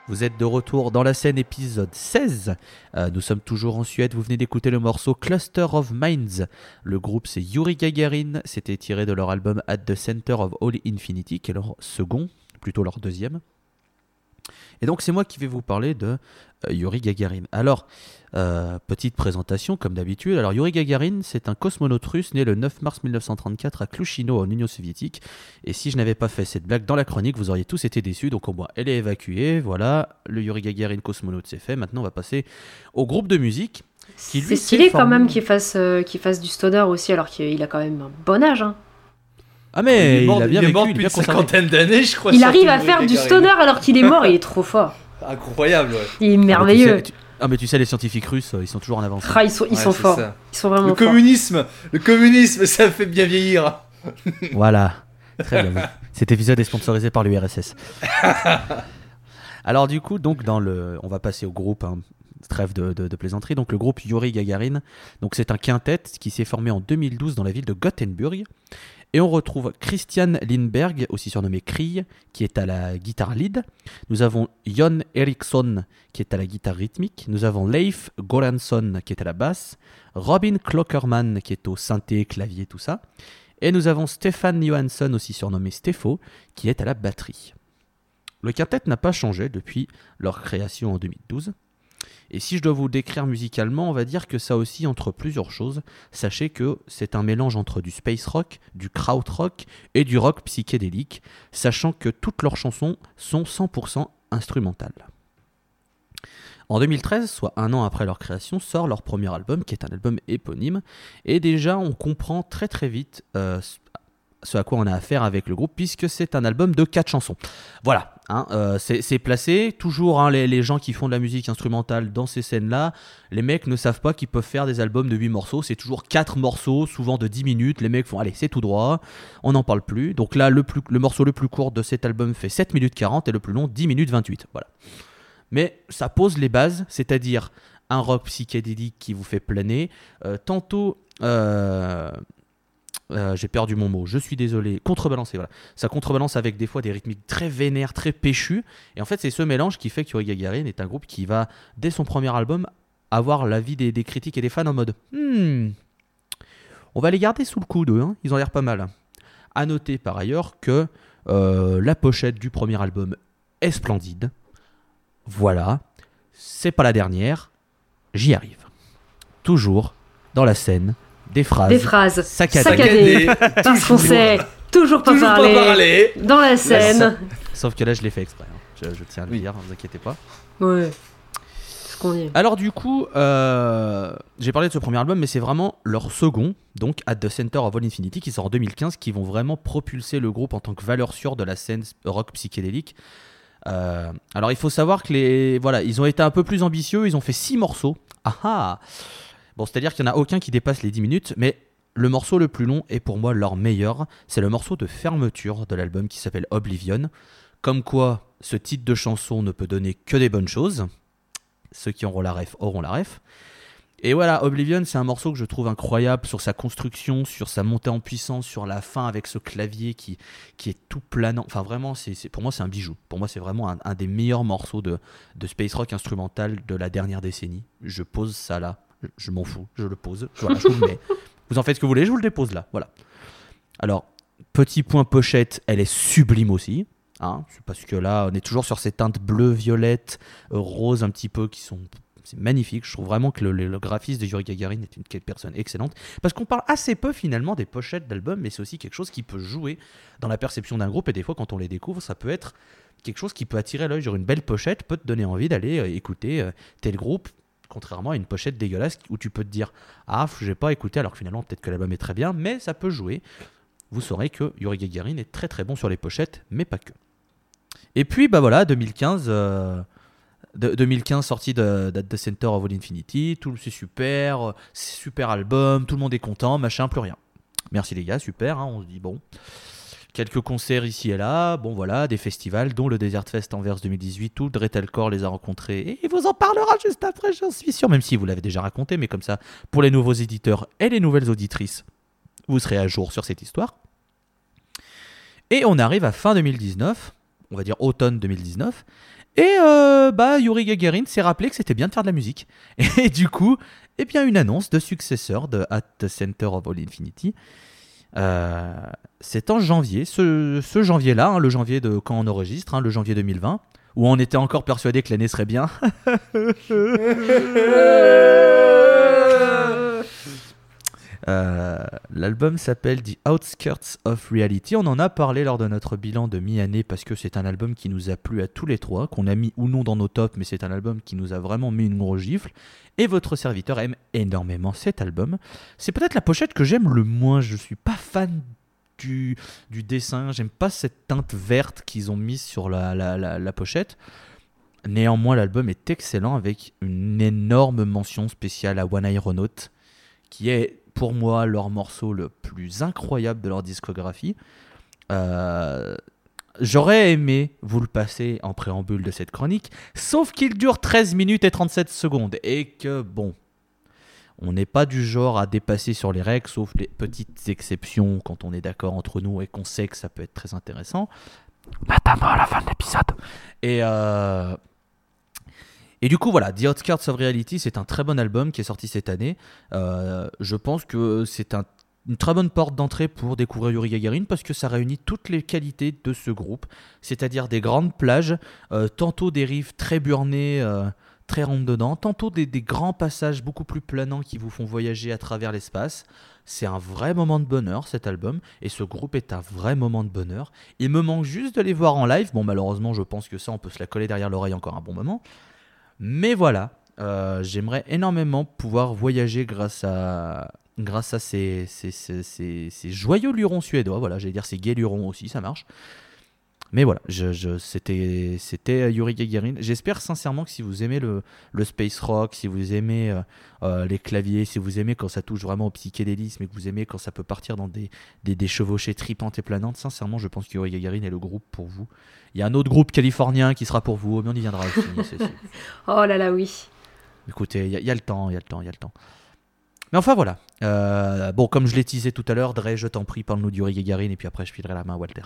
Speaker 1: Vous êtes de retour dans la scène épisode seize. Euh, nous sommes toujours en Suède. Vous venez d'écouter le morceau Cluster of Minds. Le groupe c'est Yuri Gagarin. C'était tiré de leur album At the Center of All Infinity, qui est leur second, plutôt leur deuxième. Et donc c'est moi qui vais vous parler de euh, Yuri Gagarin. Alors, euh, petite présentation comme d'habitude. Alors Yuri Gagarin, c'est un cosmonaute russe né le neuf mars mille neuf cent trente-quatre à Klushino en Union soviétique. Et si je n'avais pas fait cette blague dans la chronique, vous auriez tous été déçus. Donc au moins, elle est évacuée. Voilà, le Yuri Gagarin cosmonaute c'est fait. Maintenant on va passer au groupe de musique. Qui, lui,
Speaker 2: c'est stylé quand
Speaker 1: formé...
Speaker 2: même qu'il fasse, euh, qu'il fasse du stoner aussi, alors qu'il a quand même un bon âge. Hein.
Speaker 1: Ah mais
Speaker 3: il, mort,
Speaker 1: il a bien
Speaker 3: il
Speaker 1: vécu,
Speaker 3: est mort
Speaker 1: il
Speaker 3: depuis
Speaker 1: a
Speaker 3: une cinquantaine d'années, je crois.
Speaker 2: Il arrive à faire du stoner alors qu'il est mort, il est trop fort.
Speaker 3: Incroyable, ouais.
Speaker 2: Il est merveilleux.
Speaker 1: Ah mais, tu sais, tu... ah mais tu sais, les scientifiques russes, ils sont toujours en avance.
Speaker 2: Ah, ils sont, ils
Speaker 3: ouais,
Speaker 2: sont forts.
Speaker 3: Ça.
Speaker 2: Ils sont vraiment
Speaker 3: le
Speaker 2: forts.
Speaker 3: communisme, le communisme, ça fait bien vieillir.
Speaker 1: Voilà, très bien. Cet épisode est sponsorisé par l'U R S S. Alors du coup, donc dans le, on va passer au groupe. Hein. Trêve de, de, de plaisanterie. Donc le groupe Yuri Gagarin, donc c'est un quintet qui s'est formé en deux mille douze dans la ville de Gothenburg. Et on retrouve Christian Lindberg, aussi surnommé Krieg, qui est à la guitare lead. Nous avons Jon Eriksson, qui est à la guitare rythmique. Nous avons Leif Goransson, qui est à la basse. Robin Klockerman, qui est au synthé, clavier, tout ça. Et nous avons Stefan Johansson, aussi surnommé Stefo, qui est à la batterie. Le quintet n'a pas changé depuis leur création en deux mille douze. Et si je dois vous décrire musicalement, on va dire que ça oscille entre plusieurs choses. Sachez que c'est un mélange entre du space rock, du krautrock et du rock psychédélique, sachant que toutes leurs chansons sont cent pour cent instrumentales. En deux mille treize, soit un an après leur création, sort leur premier album, qui est un album éponyme. Et déjà, on comprend très très vite euh, ce à quoi on a affaire avec le groupe, puisque c'est un album de quatre chansons. Voilà. Hein, euh, c'est, c'est placé, toujours hein, les, les gens qui font de la musique instrumentale dans ces scènes-là, les mecs ne savent pas qu'ils peuvent faire des albums de huit morceaux, c'est toujours quatre morceaux, souvent de dix minutes, les mecs font allez c'est tout droit, on n'en parle plus, donc là le, plus, le morceau le plus court de cet album fait sept minutes quarante et le plus long dix minutes vingt-huit, voilà. Mais ça pose les bases, c'est-à-dire un rock psychédélique qui vous fait planer, euh, tantôt... Euh, Euh, j'ai perdu mon mot, je suis désolé, contrebalancer, voilà. Ça contrebalance avec des fois des rythmiques très vénères, très péchus, et en fait c'est ce mélange qui fait que Yuri Gagarin est un groupe qui va, dès son premier album, avoir l'avis des, des critiques et des fans en mode hmm, on va les garder sous le coude, hein. Ils ont l'air pas mal. A noter par ailleurs que euh, la pochette du premier album est splendide, voilà, c'est pas la dernière, j'y arrive. Toujours dans la scène. Des phrases,
Speaker 2: Des phrases
Speaker 1: saccadées,
Speaker 2: saccadées parce qu'on sait toujours pas,
Speaker 3: toujours
Speaker 2: parler,
Speaker 3: pas parler
Speaker 2: dans la scène.
Speaker 1: Sauf que là, je l'ai fait exprès. Hein. Je, je tiens à le
Speaker 3: oui.
Speaker 1: dire, ne vous inquiétez pas.
Speaker 2: Ouais, ce qu'on dit.
Speaker 1: Alors du coup, euh, j'ai parlé de ce premier album, mais c'est vraiment leur second, donc At the Center of All Infinity, qui sort en deux mille quinze, qui vont vraiment propulser le groupe en tant que valeur sûre de la scène rock psychédélique. Euh, alors il faut savoir que les, voilà, ils ont été un peu plus ambitieux, ils ont fait six morceaux. Ah ah. Bon, c'est-à-dire qu'il n'y en a aucun qui dépasse les dix minutes, mais le morceau le plus long est pour moi leur meilleur. C'est le morceau de fermeture de l'album qui s'appelle Oblivion. Comme quoi, ce titre de chanson ne peut donner que des bonnes choses. Ceux qui auront la ref auront la ref. Et voilà, Oblivion, c'est un morceau que je trouve incroyable sur sa construction, sur sa montée en puissance, sur la fin avec ce clavier qui, qui est tout planant. Enfin, vraiment, c'est, c'est, pour moi, c'est un bijou. Pour moi, c'est vraiment un, un des meilleurs morceaux de, de space rock instrumental de la dernière décennie. Je pose ça là. Je m'en fous, je le pose. Voilà, je vous le mets. Vous en faites ce que vous voulez, je vous le dépose là. Voilà. Alors, petit point pochette, elle est sublime aussi. Hein, parce que là, on est toujours sur ces teintes bleues, violettes, euh, roses un petit peu qui sont. C'est magnifique. Je trouve vraiment que le, le, le graphisme de Yuri Gagarin est une personne excellente. Parce qu'on parle assez peu finalement des pochettes d'albums, mais c'est aussi quelque chose qui peut jouer dans la perception d'un groupe. Et des fois, quand on les découvre, ça peut être quelque chose qui peut attirer l'œil. Genre une belle pochette peut te donner envie d'aller euh, écouter euh, tel groupe. Contrairement à une pochette dégueulasse où tu peux te dire « Ah, j'ai pas écouté, alors que finalement peut-être que l'album est très bien, mais ça peut jouer. » Vous saurez que Yuri Gagarin est très très bon sur les pochettes, mais pas que. Et puis, bah voilà, deux mille quinze, euh, de, deux mille quinze sortie de, de The Center of All Infinity, tout c'est super, c'est super album, tout le monde est content, machin, plus rien. Merci les gars, super, hein, on se dit bon... Quelques concerts ici et là, bon voilà, des festivals, dont le Desert Fest Anvers deux mille dix-huit, où Dretelcore les a rencontrés, et il vous en parlera juste après, j'en suis sûr, même si vous l'avez déjà raconté, mais comme ça, pour les nouveaux éditeurs et les nouvelles auditrices, vous serez à jour sur cette histoire. Et on arrive à fin deux mille dix-neuf, on va dire automne deux mille dix-neuf, Et euh, bah, Yuri Gagarin s'est rappelé que c'était bien de faire de la musique. Et du coup, eh bien, une annonce de successeur de At the Center of All Infinity. Euh, c'est en janvier, ce, ce janvier-là, hein, le janvier de quand on enregistre, hein, le janvier deux mille vingt, où on était encore persuadé que l'année serait bien. Euh, l'album s'appelle The Outskirts of Reality. On en a parlé lors de notre bilan de mi-année parce que c'est un album qui nous a plu à tous les trois, qu'on a mis ou non dans nos tops, mais c'est un album qui nous a vraiment mis une grosse gifle. Et votre serviteur aime énormément cet album. C'est peut-être la pochette que j'aime le moins. Je suis pas fan du, du dessin. J'aime pas cette teinte verte qu'ils ont mise sur la, la, la, la pochette. Néanmoins, l'album est excellent avec une énorme mention spéciale à One Aeronaut, qui est pour moi leur morceau le plus incroyable de leur discographie. Euh, j'aurais aimé vous le passer en préambule de cette chronique, sauf qu'il dure treize minutes et trente-sept secondes, et que bon, on n'est pas du genre à dépasser sur les règles, sauf les petites exceptions quand on est d'accord entre nous et qu'on sait que ça peut être très intéressant, notamment à la fin de l'épisode. Et euh... Et du coup, voilà, The Outskirts of Reality, c'est un très bon album qui est sorti cette année. Euh, je pense que c'est un, une très bonne porte d'entrée pour découvrir Yuri Gagarin parce que ça réunit toutes les qualités de ce groupe, c'est-à-dire des grandes plages, euh, tantôt des riffs très burnés, euh, très rentre-dedans, tantôt des, des grands passages beaucoup plus planants qui vous font voyager à travers l'espace. C'est un vrai moment de bonheur, cet album, et ce groupe est un vrai moment de bonheur. Il me manque juste de les voir en live. Bon, malheureusement, je pense que ça, on peut se la coller derrière l'oreille encore un bon moment. Mais voilà, euh, j'aimerais énormément pouvoir voyager grâce à, grâce à ces, ces, ces, ces, ces joyeux lurons suédois. Voilà, j'allais dire ces gays lurons aussi, ça marche. Mais voilà, je, je, c'était, c'était Yuri Gagarin. J'espère sincèrement que si vous aimez le, le space rock, si vous aimez euh, euh, les claviers, si vous aimez quand ça touche vraiment au psychédélisme et que vous aimez quand ça peut partir dans des, des, des chevauchées tripantes et planantes, sincèrement, je pense que Yuri Gagarin est le groupe pour vous. Il y a un autre groupe californien qui sera pour vous, mais on y viendra aussi. c'est, c'est...
Speaker 2: Oh là là, oui.
Speaker 1: Écoutez, il y, y a le temps, il y a le temps, il y a le temps. Mais enfin voilà. Euh, bon, comme je l'ai teasé tout à l'heure, Dre, je t'en prie, parle-nous d'Yuri Gagarin et puis après je filerai la main à Walter.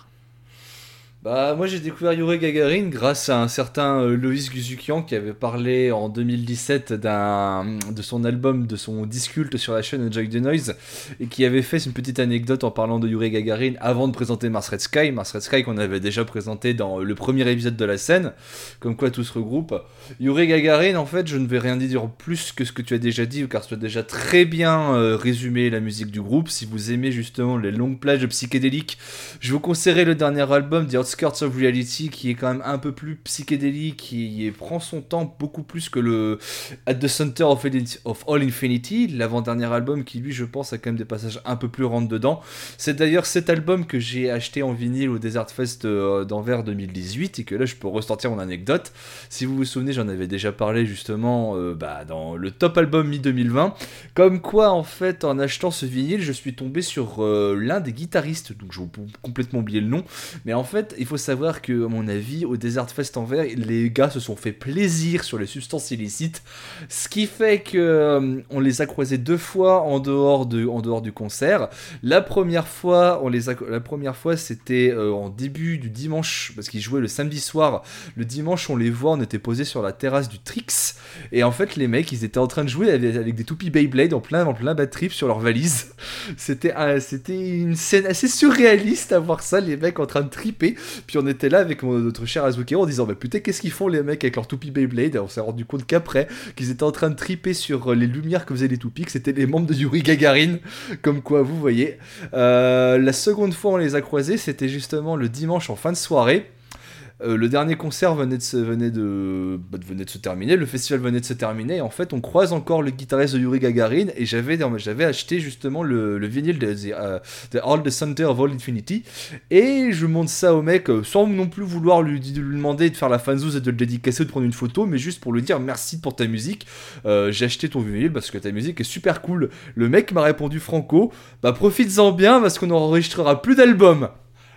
Speaker 3: Bah, moi j'ai découvert Yuri Gagarin grâce à un certain euh, Loïs Guzukian qui avait parlé en deux mille dix-sept d'un, de son album, de son disculte sur la chaîne Enjoy the Noise et qui avait fait une petite anecdote en parlant de Yuri Gagarin avant de présenter Mars Red Sky. Mars Red Sky qu'on avait déjà présenté dans le premier épisode de la scène, comme quoi tout se regroupe. Yuri Gagarin, en fait, je ne vais rien dire plus que ce que tu as déjà dit car tu as déjà très bien euh, résumé la musique du groupe. Si vous aimez justement les longues plages psychédéliques, je vous conseillerais le dernier album, The Outskirts of Reality, qui est quand même un peu plus psychédélique, qui prend son temps beaucoup plus que le At the Center of, of All Infinity, l'avant-dernier album qui lui je pense a quand même des passages un peu plus rentre dedans. C'est d'ailleurs cet album que j'ai acheté en vinyle au Desert Fest d'Anvers deux mille dix-huit et que là je peux ressortir mon anecdote. Si vous vous souvenez, j'en avais déjà parlé justement euh, bah, dans le top album mi deux mille vingt, comme quoi en fait en achetant ce vinyle je suis tombé sur euh, l'un des guitaristes, donc j'ai complètement oublié le nom, mais en fait il faut savoir que, à mon avis, au Desert Fest Anvers, les gars se sont fait plaisir sur les substances illicites, ce qui fait que euh, on les a croisés deux fois en dehors, de, en dehors du concert. La première fois, on les a, la première fois, c'était euh, en début du dimanche, parce qu'ils jouaient le samedi soir. Le dimanche, on les voit, on était posés sur la terrasse du Trix, et en fait, les mecs, ils étaient en train de jouer avec, avec des toupies Beyblade en plein, en plein bad trip sur leur valise. C'était, euh, c'était une scène assez surréaliste à voir ça, les mecs en train de triper. Puis on était là avec notre cher Azuki en disant bah putain qu'est-ce qu'ils font les mecs avec leur toupie Beyblade. Et on s'est rendu compte qu'après qu'ils étaient en train de triper sur les lumières que faisaient les toupies, que c'était les membres de Yuri Gagarin, comme quoi vous voyez. Euh, la seconde fois on les a croisés, c'était justement le dimanche en fin de soirée. Euh, le dernier concert venait de, se, venait, de, bah, venait de se terminer, le festival venait de se terminer, et en fait on croise encore le guitariste de Yuri Gagarin, et j'avais, j'avais acheté justement le, le vinyle de The, uh, the All the Center of All Infinity, et je montre ça au mec, euh, sans non plus vouloir lui, lui demander de faire la fanzouze et de le dédicacer ou de prendre une photo, mais juste pour lui dire merci pour ta musique, euh, j'ai acheté ton vinyle parce que ta musique est super cool. Le mec m'a répondu franco, bah profites-en bien parce qu'on n'enregistrera plus d'albums.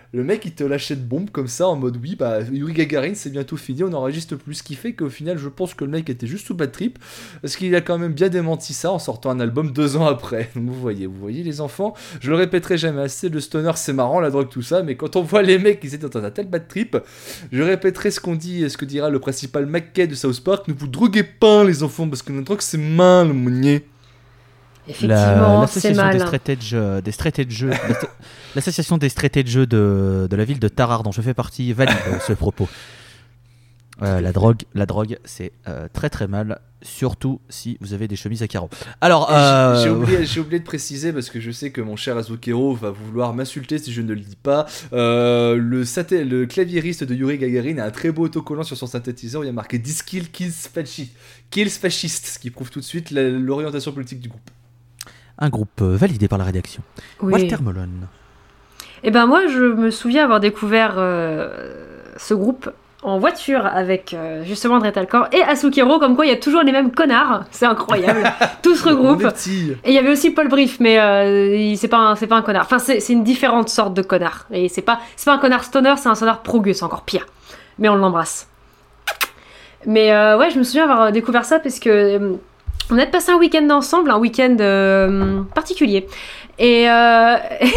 Speaker 3: Le mec il te lâchait de bombes comme ça en mode oui bah Yuri Gagarin c'est bientôt fini, on n'enregistre plus. Ce qui fait qu'au final je pense que le mec était juste sous bad trip parce qu'il a quand même bien démenti ça en sortant un album deux ans après. Donc vous voyez, vous voyez les enfants, je le répéterai jamais assez, le stoner c'est marrant, la drogue tout ça, mais quand on voit les mecs qui étaient dans un tel bad trip, je répéterai ce qu'on dit, ce que dira le principal McKay de South Park, ne vous droguez pas les enfants parce que la drogue c'est mal, monnier.
Speaker 2: Effectivement,
Speaker 1: La,
Speaker 2: c'est
Speaker 1: l'association
Speaker 2: mal.
Speaker 1: des straight edge, euh, des straight edge jeux, l'association des straight edge jeux de, de la ville de Tarare dont je fais partie valide euh, ce propos. Euh, la drogue, la drogue, c'est euh, très très mal, surtout si vous avez des chemises à carreaux. Alors, euh...
Speaker 3: j'ai, j'ai, oublié, j'ai oublié de préciser parce que je sais que mon cher Azukero va vouloir m'insulter si je ne le dis pas. Euh, le, saté- le claviériste de Yuri Gagarin a un très beau autocollant sur son synthétiseur où il y a marqué Diskill Kills Fascist, Kills Fascist, ce qui prouve tout de suite la, l'orientation politique du groupe.
Speaker 1: Un groupe euh, validé par la rédaction.
Speaker 2: Oui.
Speaker 1: Walter Molon.
Speaker 2: Eh ben moi, je me souviens avoir découvert euh, ce groupe en voiture avec euh, justement Dretalcore et Asukero, comme quoi il y a toujours les mêmes connards, c'est incroyable, tous se regroupent. Et il y avait aussi Paul Brief, mais euh, il, c'est, pas un, c'est pas un connard, enfin c'est, c'est une différente sorte de connard, et c'est pas, c'est pas un connard stoner, c'est un stoner progueux, c'est encore pire, mais on l'embrasse. Mais euh, ouais, je me souviens avoir découvert ça parce que euh, on a passé un week-end ensemble, un week-end euh, particulier, et, euh,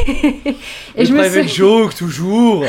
Speaker 2: et je me
Speaker 3: private
Speaker 2: suis...
Speaker 3: joke toujours.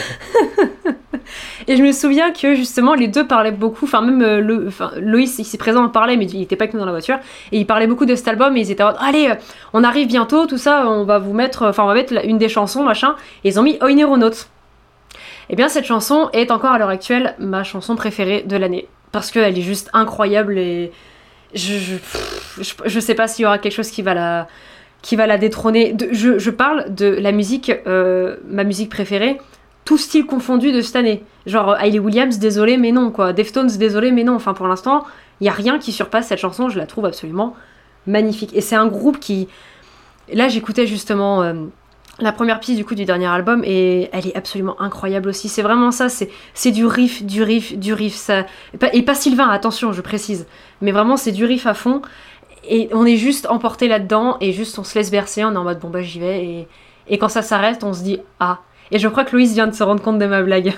Speaker 2: Et je me souviens que justement les deux parlaient beaucoup, enfin même euh, le, enfin, Loïs ici présent en parlait mais il était pas avec nous dans la voiture, et il parlait beaucoup de cet album et ils étaient en mode allez euh, on arrive bientôt tout ça, on va vous mettre, enfin on va mettre une des chansons machin, et ils ont mis Oineronaut. Et bien cette chanson est encore à l'heure actuelle ma chanson préférée de l'année parce qu'elle est juste incroyable et je, je, je, je sais pas s'il y aura quelque chose qui va la, qui va la détrôner. De, je, je parle de la musique, euh, ma musique préférée, tout style confondu de cette année. Genre Hayley Williams, désolé mais non quoi. Deftones, désolé mais non. Enfin pour l'instant, il y a rien qui surpasse cette chanson. Je la trouve absolument magnifique. Et c'est un groupe qui... Là j'écoutais justement euh, la première piste du coup du dernier album et elle est absolument incroyable aussi. C'est vraiment ça. C'est, c'est du riff, du riff, du riff. Ça... Et, pas, et pas Sylvain, attention, je précise. Mais vraiment c'est du riff à fond. Et on est juste emporté là-dedans et juste on se laisse bercer. On est en mode bon bah j'y vais. Et, et quand ça s'arrête, on se dit ah... Et je crois que Loïs vient de se rendre compte de ma blague.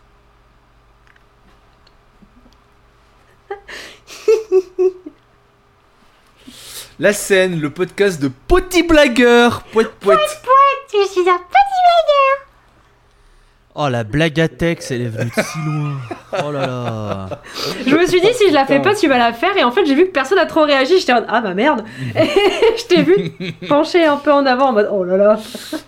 Speaker 3: La scène, le podcast de Petit Blagueur. Pouet, pouet.
Speaker 2: Pouet, pouet, je suis un petit blagueur.
Speaker 1: Oh la blagatex, elle est venue de si loin. Oh là là.
Speaker 2: Je me suis dit si je la fais pas tu vas la faire, et en fait j'ai vu que personne n'a trop réagi, j'étais en mode ah bah merde. Et je t'ai vu pencher un peu en avant en mode oh là là.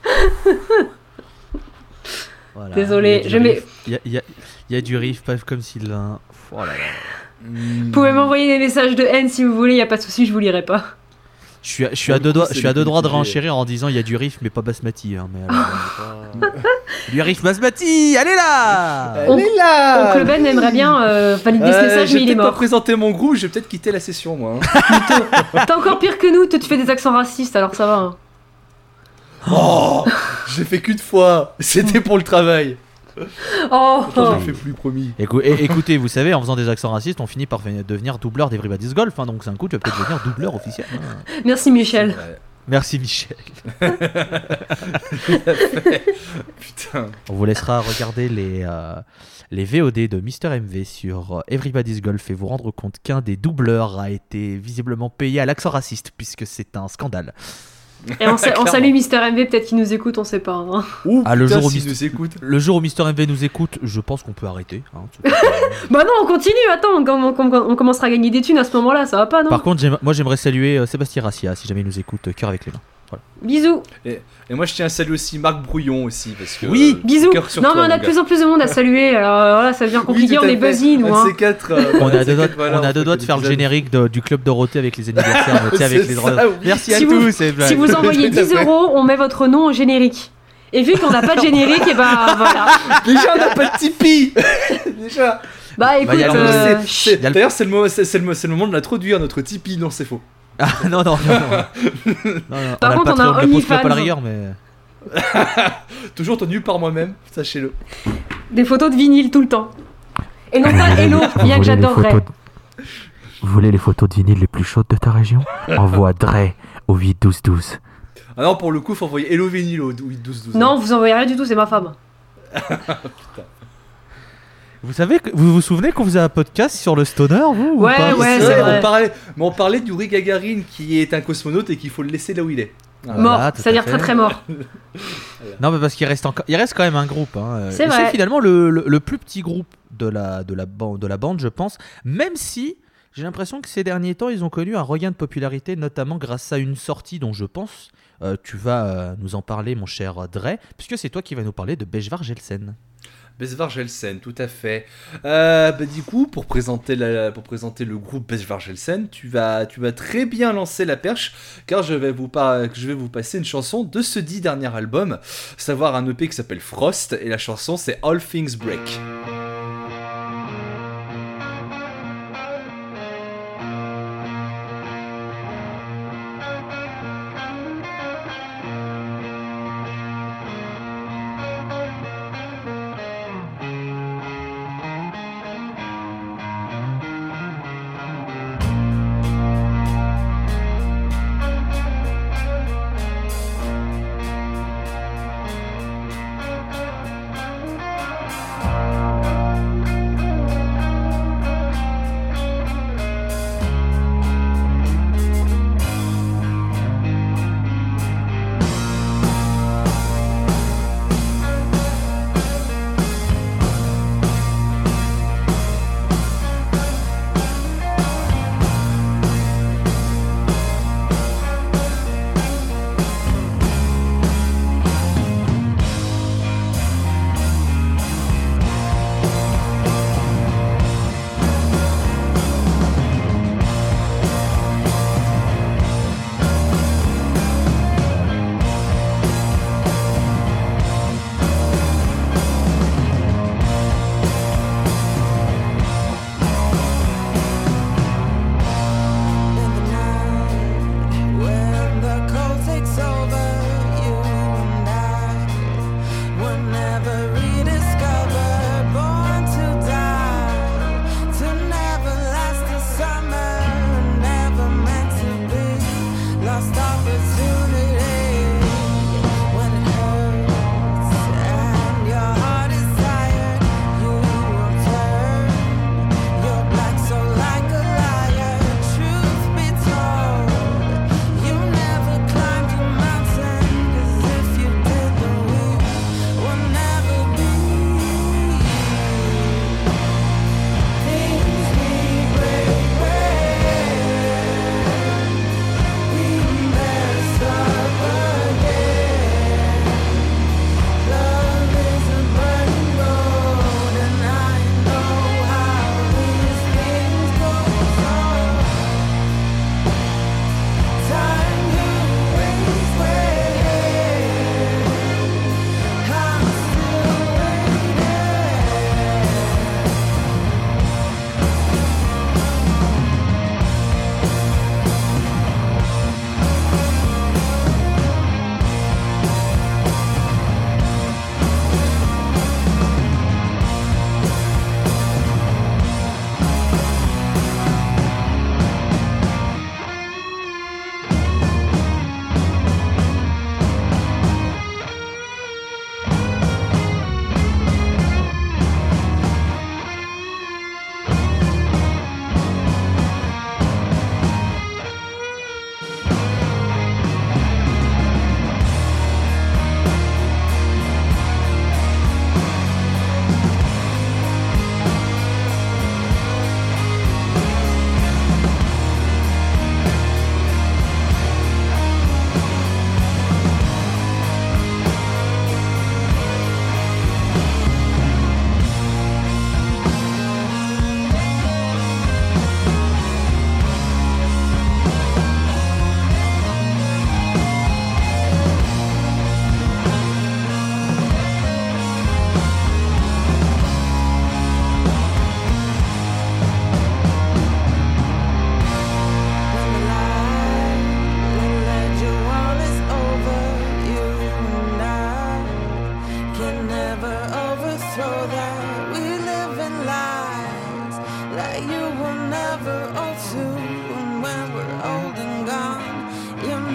Speaker 1: Voilà,
Speaker 2: désolé, je mets...
Speaker 1: Il y a, y, a, y a du riff, pas comme Sylvain. Oh là là.
Speaker 2: Vous pouvez m'envoyer des messages de haine si vous voulez, y a pas de souci, je vous lirai pas.
Speaker 1: Je suis, je suis à deux doigts, je suis à deux droits de renchérir en disant il y a du riff mais pas basmati. Hein, mais alors, pas... Du riff basmati, allez là.
Speaker 3: Elle est là.
Speaker 2: Oncle Ben aimerait bien euh, valider ce
Speaker 3: euh,
Speaker 2: message mais il est
Speaker 3: mort. Je vais peut-être pas
Speaker 2: mort.
Speaker 3: présenter mon groupe, je vais peut-être quitter la session moi. Hein.
Speaker 2: T'es encore pire que nous, toi tu fais des accents racistes alors ça va. Hein.
Speaker 3: Oh, j'ai fait qu'une fois, c'était pour le travail.
Speaker 2: Oh,
Speaker 3: Attends, je le fais plus, promis.
Speaker 1: Écou- é- écoutez, vous savez, en faisant des accents racistes, on finit par f- devenir doubleur d'Everybody's Golf, hein, donc c'est un coup, tu vas peut-être devenir doubleur officiel. Hein.
Speaker 2: merci Michel.
Speaker 3: Ouais.
Speaker 1: Merci Michel.
Speaker 3: Putain.
Speaker 1: On vous laissera regarder les, euh, les V O D de Mister M V sur euh, Everybody's Golf et vous rendre compte qu'un des doubleurs a été visiblement payé à l'accent raciste, puisque c'est un scandale.
Speaker 2: Et on, sa- on salue Mister M V, peut-être qu'il nous écoute, on sait pas. Hein.
Speaker 3: Ouh,
Speaker 1: Ah, le
Speaker 3: putain,
Speaker 1: jour où
Speaker 3: s'il
Speaker 1: Mister-
Speaker 3: nous écoute.
Speaker 1: Le jour où Mister M V nous écoute, je pense qu'on peut arrêter. Hein, tu-
Speaker 2: Bah non, on continue, attends, on, on- on- on commencera à gagner des thunes à ce moment-là, ça va pas, non?
Speaker 1: Par contre, j'aime- moi j'aimerais saluer euh, Sébastien Rassia, si jamais il nous écoute, euh, cœur avec les mains. Voilà.
Speaker 2: Bisous.
Speaker 3: Et, et moi je tiens à saluer aussi Marc Brouillon aussi parce que
Speaker 1: Oui,
Speaker 3: euh,
Speaker 2: Bisous.
Speaker 3: cœur sur
Speaker 2: Non,
Speaker 3: toi,
Speaker 2: mais on a
Speaker 3: mon
Speaker 2: de
Speaker 3: gars.
Speaker 2: plus en plus de monde à saluer, alors euh, voilà, ça devient compliqué,
Speaker 3: Oui, tout
Speaker 2: on
Speaker 3: à
Speaker 2: est
Speaker 3: fait.
Speaker 2: buzzy, nous.
Speaker 3: Un de
Speaker 2: Hein.
Speaker 3: ces quatre, euh,
Speaker 1: On
Speaker 3: un
Speaker 1: a
Speaker 3: de
Speaker 1: deux
Speaker 3: ces
Speaker 1: doigts,
Speaker 3: quatre, voilà,
Speaker 1: on a
Speaker 3: on
Speaker 1: deux
Speaker 3: fait
Speaker 1: doigts de
Speaker 3: des
Speaker 1: faire le
Speaker 3: épisodes.
Speaker 1: générique de- du club Dorothée avec les anniversaires, tu sais, avec
Speaker 3: C'est
Speaker 1: les
Speaker 3: ça,
Speaker 1: droits.
Speaker 3: oui.
Speaker 1: Merci à
Speaker 2: Si vous-
Speaker 1: tous. c'est vrai.
Speaker 2: Si vous envoyez
Speaker 3: Tout à
Speaker 2: dix
Speaker 3: fait.
Speaker 2: euros, on met votre nom au générique. Et vu qu'on n'a pas de générique, et bah voilà.
Speaker 3: Déjà on n'a pas de Tipeee. Déjà.
Speaker 2: Bah écoute,
Speaker 1: y a le-
Speaker 2: euh,
Speaker 3: C'est-
Speaker 2: chut.
Speaker 3: c'est-
Speaker 1: y a le-
Speaker 3: D'ailleurs c'est le, mo- c'est, c'est le, mo- c'est le moment de l'introduire notre Tipeee, non c'est faux.
Speaker 1: Ah non, non, non. non. non, non.
Speaker 2: Par
Speaker 1: on a
Speaker 2: contre,
Speaker 1: le
Speaker 2: on a
Speaker 1: Patreon
Speaker 2: un
Speaker 1: de la Post Club à la
Speaker 2: OnlyFans.
Speaker 1: rigueur, mais.
Speaker 3: Toujours tenu par moi-même, sachez-le.
Speaker 2: Des photos de vinyle tout le temps. Et non pas Hello, bien que j'adorerais.
Speaker 1: Vous voulez les photos de vinyle les plus chaudes de ta région? Envoie Dre au huit douze douze.
Speaker 3: Ah non pour le coup faut envoyer Hello Vinyl au huit douze douze.
Speaker 2: Non, vous envoyez rien du tout, c'est ma femme.
Speaker 1: Vous savez, que, vous vous souvenez qu'on faisait un podcast sur le stoner, vous
Speaker 2: Ouais,
Speaker 1: ou pas
Speaker 2: ouais,
Speaker 3: c'est
Speaker 2: c'est
Speaker 3: vrai,
Speaker 2: vrai.
Speaker 3: on parlait, mais on parlait d'Yuri Gagarin qui est un cosmonaute et qu'il faut le laisser là où il est.
Speaker 1: Voilà,
Speaker 2: Mort,
Speaker 1: tout à
Speaker 2: c'est-à-dire
Speaker 1: fait.
Speaker 2: très très mort.
Speaker 1: Non, mais parce qu'il reste encore, il reste quand même un groupe. Hein.
Speaker 2: C'est
Speaker 1: Et
Speaker 2: vrai.
Speaker 1: c'est finalement le, le, le plus petit groupe de la de la bande de la bande, je pense. Même si j'ai l'impression que ces derniers temps, ils ont connu un regain de popularité, notamment grâce à une sortie dont je pense euh, tu vas euh, nous en parler, mon cher Dre, puisque c'est toi qui vas nous parler de Bejvar Gelsen.
Speaker 3: Bejvar Gelsen, tout à fait. Euh, bah, du coup, pour présenter, la, pour présenter le groupe Bejvar Gelsen, tu vas, tu vas très bien lancer la perche, car je vais, vous par- je vais vous passer une chanson de ce dit dernier album, savoir un E P qui s'appelle Frost, et la chanson c'est All Things Break.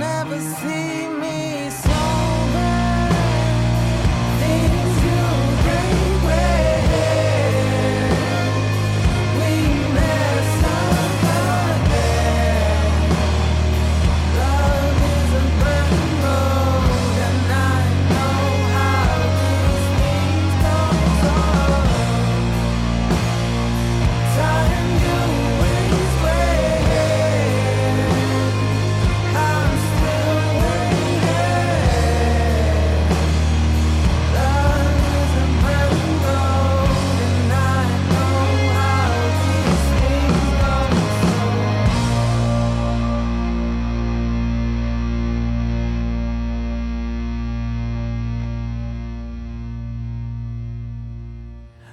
Speaker 4: see me sober. Things you break.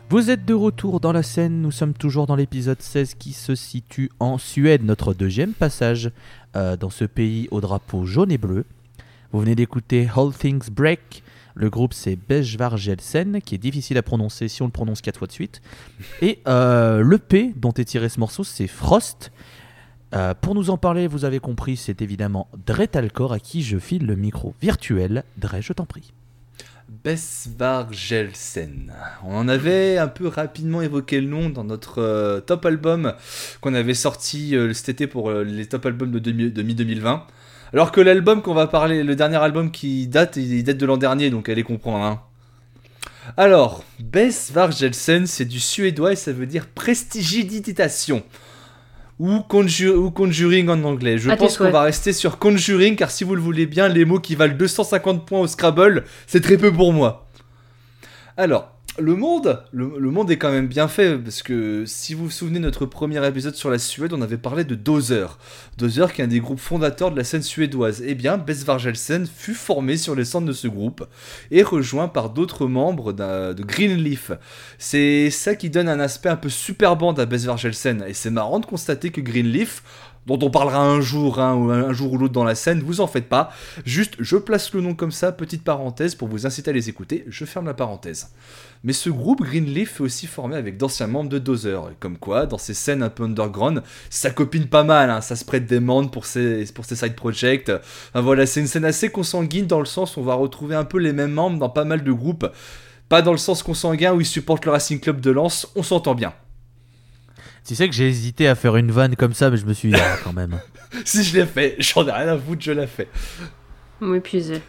Speaker 1: Vous êtes de retour dans la scène, nous sommes toujours dans l'épisode seize qui se situe en Suède, notre deuxième passage euh, dans ce pays au drapeau jaune et bleu. Vous venez d'écouter All Things Break, le groupe c'est Besvargelsen, qui est difficile à prononcer si on le prononce quatre fois de suite. Et euh, l'E P dont est tiré ce morceau c'est Frost. Euh, pour nous en parler, vous avez compris, c'est évidemment Dre Talcor à qui je file le micro virtuel. Dre, je t'en prie.
Speaker 3: Besvargelsen. On en avait un peu rapidement évoqué le nom dans notre euh, top album qu'on avait sorti euh, cet été pour euh, les top albums de, demi- de mi-deux mille vingt. Alors que l'album qu'on va parler, le dernier album qui date, il date de l'an dernier, donc allez comprendre. Hein. Alors, Besvargelsen, c'est du suédois et ça veut dire prestidigitation. Ou, conju- ou conjuring en anglais. Je
Speaker 2: à
Speaker 3: pense qu'on va rester sur conjuring car si vous le voulez bien, les mots qui valent deux cent cinquante points au Scrabble, c'est très peu pour moi. Alors, le monde, le, le monde est quand même bien fait parce que si vous vous souvenez de notre premier épisode sur la Suède, on avait parlé de Dozer. Dozer qui est un des groupes fondateurs de la scène suédoise. Eh bien, Besvargelsen fut formé sur les cendres de ce groupe et rejoint par d'autres membres de Greenleaf. C'est ça qui donne un aspect un peu super band à Besvargelsen et c'est marrant de constater que Greenleaf, dont on parlera un jour, hein, ou un jour ou l'autre dans la scène, vous en faites pas. Juste, je place le nom comme ça, petite parenthèse pour vous inciter à les écouter, je ferme la parenthèse. Mais ce groupe, Greenleaf, est aussi formé avec d'anciens membres de Dozer. Comme quoi, dans ces scènes un peu underground, ça copine pas mal, hein, ça se prête des membres pour ces, pour ces side projects. Enfin voilà, c'est une scène assez consanguine dans le sens où on va retrouver un peu les mêmes membres dans pas mal de groupes. Pas dans le sens consanguin où ils supportent le Racing Club de Lens, on s'entend bien.
Speaker 1: Tu sais que j'ai hésité à faire une vanne comme ça, mais je me suis dit, ah, quand même.
Speaker 3: Si je l'ai fait, j'en ai rien à foutre, je l'ai fait.
Speaker 2: M'épuiser.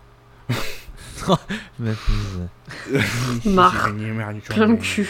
Speaker 2: Marre. Plein de cul.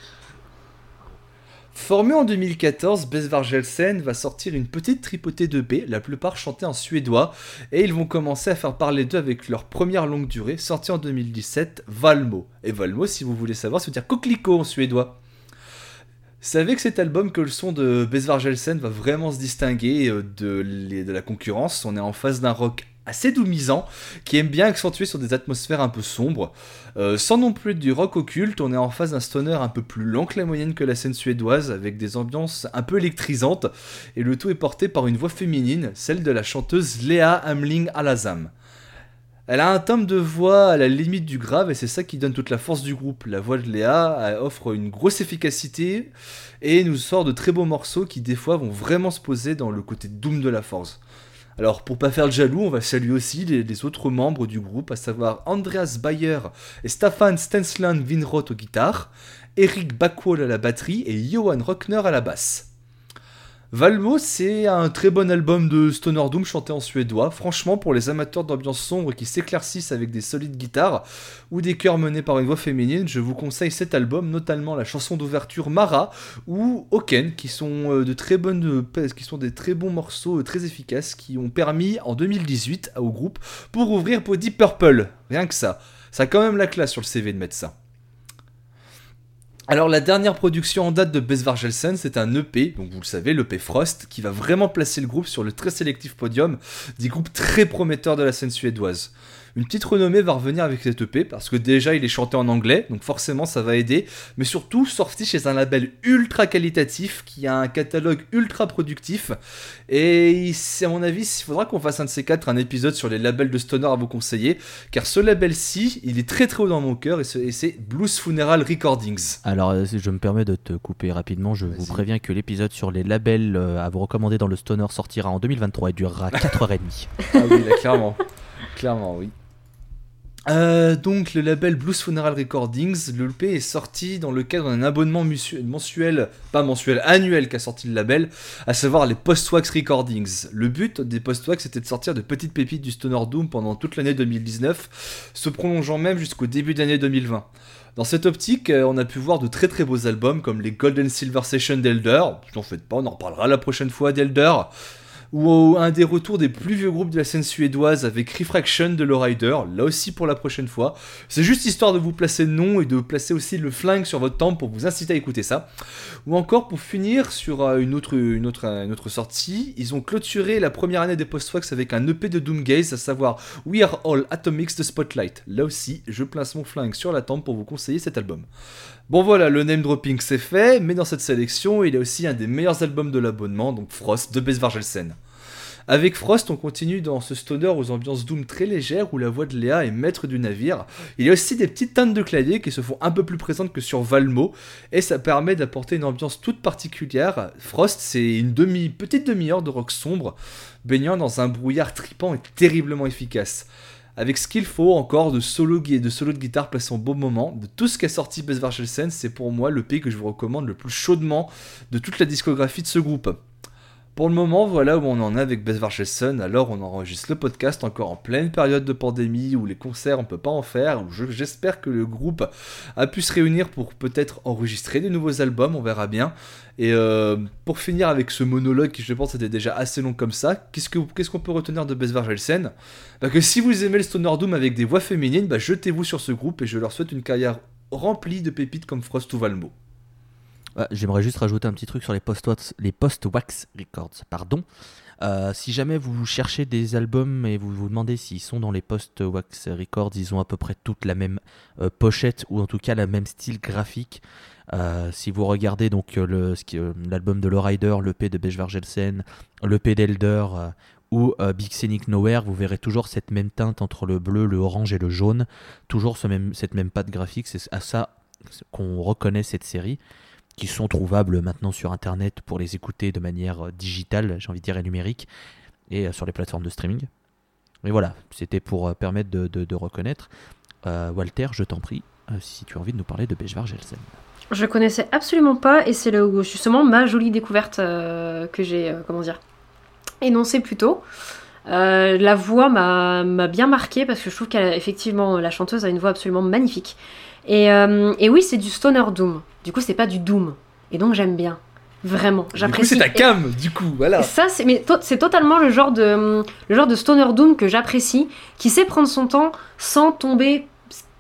Speaker 3: Formé en deux mille quatorze, Besvargelsen va sortir une petite tripotée de B, la plupart chantées en suédois, et ils vont commencer à faire parler d'eux avec leur première longue durée, sortie en deux mille dix-sept, Valmo. Et Valmo, si vous voulez savoir, ça veut dire coquelicot en suédois. C'est avec cet album que le son de Besvargelsen va vraiment se distinguer de, les, de la concurrence. On est en face d'un rock assez doumisant, qui aime bien accentuer sur des atmosphères un peu sombres. Euh, sans non plus du rock occulte, on est en face d'un stoner un peu plus lent que la moyenne que la scène suédoise, avec des ambiances un peu électrisantes, et le tout est porté par une voix féminine, celle de la chanteuse Léa Hamling Alazam. Elle a un timbre de voix à la limite du grave et c'est ça qui donne toute la force du groupe. La voix de Léa offre une grosse efficacité et nous sort de très beaux morceaux qui des fois vont vraiment se poser dans le côté doom de la force. Alors pour pas faire le jaloux, on va saluer aussi les, les autres membres du groupe, à savoir Andreas Bayer et Staffan Stensland Winroth aux guitares, Eric Backwall à la batterie et Johan Rockner à la basse. Valmo, c'est un très bon album de stoner doom chanté en suédois. Franchement, pour les amateurs d'ambiance sombre qui s'éclaircissent avec des solides guitares ou des chœurs menés par une voix féminine, je vous conseille cet album, notamment la chanson d'ouverture Mara ou Oken, qui sont de très bonnes, qui sont des très bons morceaux très efficaces qui ont permis en deux mille dix-huit au groupe pour ouvrir pour Deep Purple. Rien que ça, ça a quand même la classe sur le C V de mettre ça. Alors la dernière production en date de Besvargelsen, c'est un E P, donc vous le savez, l'E P Frost, qui va vraiment placer le groupe sur le très sélectif podium des groupes très prometteurs de la scène suédoise. Une petite renommée va revenir avec cet E P, parce que déjà il est chanté en anglais, donc forcément ça va aider, mais surtout sorti chez un label ultra qualitatif, qui a un catalogue ultra productif, et c'est à mon avis, il faudra qu'on fasse un de ces quatre, un épisode sur les labels de stoner à vous conseiller, car ce label-ci, il est très très haut dans mon cœur, et c'est Blues Funeral Recordings.
Speaker 1: Alors je me permets de te couper rapidement, je Vas-y. vous préviens que l'épisode sur les labels à vous recommander dans le stoner sortira en deux mille vingt-trois et durera quatre heures trente.
Speaker 3: Ah oui, là, clairement, clairement oui. Euh, donc le label Blues Funeral Recordings, le E P est sorti dans le cadre d'un abonnement musu- mensuel, pas mensuel, annuel qu'a sorti le label, à savoir les Post-Wax Recordings. Le but des Post-Wax était de sortir de petites pépites du Stoner Doom pendant toute l'année deux mille dix-neuf, se prolongeant même jusqu'au début d'année deux mille vingt. Dans cette optique, on a pu voir de très très beaux albums comme les Golden Silver Session d'Elder, n'en faites pas, on en reparlera la prochaine fois d'Elder, ou un des retours des plus vieux groupes de la scène suédoise avec Refraction de Lowrider, là aussi pour la prochaine fois. C'est juste histoire de vous placer le nom et de placer aussi le flingue sur votre temple pour vous inciter à écouter ça. Ou encore pour finir sur une autre, une autre, une autre sortie, ils ont clôturé la première année des Post-Wax avec un E P de Doomgaze, à savoir We Are All Atomics de Spotlight. Là aussi, je place mon flingue sur la temple pour vous conseiller cet album. Bon voilà, le name dropping c'est fait, mais dans cette sélection, il y a aussi un des meilleurs albums de l'abonnement, donc Frost de Besvargelsen. Avec Frost, on continue dans ce stoner aux ambiances doom très légères où la voix de Léa est maître du navire. Il y a aussi des petites teintes de clavier qui se font un peu plus présentes que sur Valmo et ça permet d'apporter une ambiance toute particulière. Frost, c'est une demi, petite demi-heure de rock sombre, baignant dans un brouillard tripant et terriblement efficace. Avec ce qu'il faut encore de solo de, solo de guitare placé au bon moment, de tout ce qu'a sorti Besvargelsen, c'est pour moi le P que je vous recommande le plus chaudement de toute la discographie de ce groupe. Pour le moment, voilà où on en est avec Besvargelsen, alors on enregistre le podcast encore en pleine période de pandémie où les concerts on peut pas en faire, où je, j'espère que le groupe a pu se réunir pour peut-être enregistrer des nouveaux albums, on verra bien. Et euh, pour finir avec ce monologue qui je pense était déjà assez long comme ça, qu'est-ce, que, qu'est-ce qu'on peut retenir de Besvargelsen ? Bah que si vous aimez le stoner doom avec des voix féminines, bah jetez-vous sur ce groupe et je leur souhaite une carrière remplie de pépites comme Frost ou Valmo.
Speaker 1: Ah, j'aimerais juste rajouter un petit truc sur les post-wax, les post-wax records. Pardon. Euh, si jamais vous cherchez des albums et vous vous demandez s'ils sont dans les post-wax records, ils ont à peu près toute la même euh, pochette ou en tout cas le même style graphique. Euh, si vous regardez donc le, euh, l'album de Lowrider, l'E P de Besvargelsen, l'E P d'Elder euh, ou euh, Big Scenic Nowhere, vous verrez toujours cette même teinte entre le bleu, le orange et le jaune. Toujours ce même, cette même patte graphique. C'est à ça qu'on reconnaît cette série, qui sont trouvables maintenant sur internet pour les écouter de manière digitale, j'ai envie de dire, et numérique, et sur les plateformes de streaming. Mais voilà, c'était pour permettre de, de, de reconnaître. Euh, Walter, je t'en prie, euh, si tu as envie de nous parler de Besvargelsen.
Speaker 2: Je connaissais absolument pas, et c'est le, justement ma jolie découverte euh, que j'ai, euh, comment dire, énoncée plus tôt. Euh, la voix m'a, m'a bien marquée, parce que je trouve qu'effectivement, la chanteuse a une voix absolument magnifique. Et, euh, et oui, c'est du stoner doom. Du coup, c'est pas du doom. Et donc, j'aime bien. Vraiment, j'apprécie.
Speaker 3: Du coup, c'est ta cam, du coup, voilà.
Speaker 2: Et ça, c'est, mais to- c'est totalement le genre, de, le genre de stoner doom que j'apprécie, qui sait prendre son temps sans tomber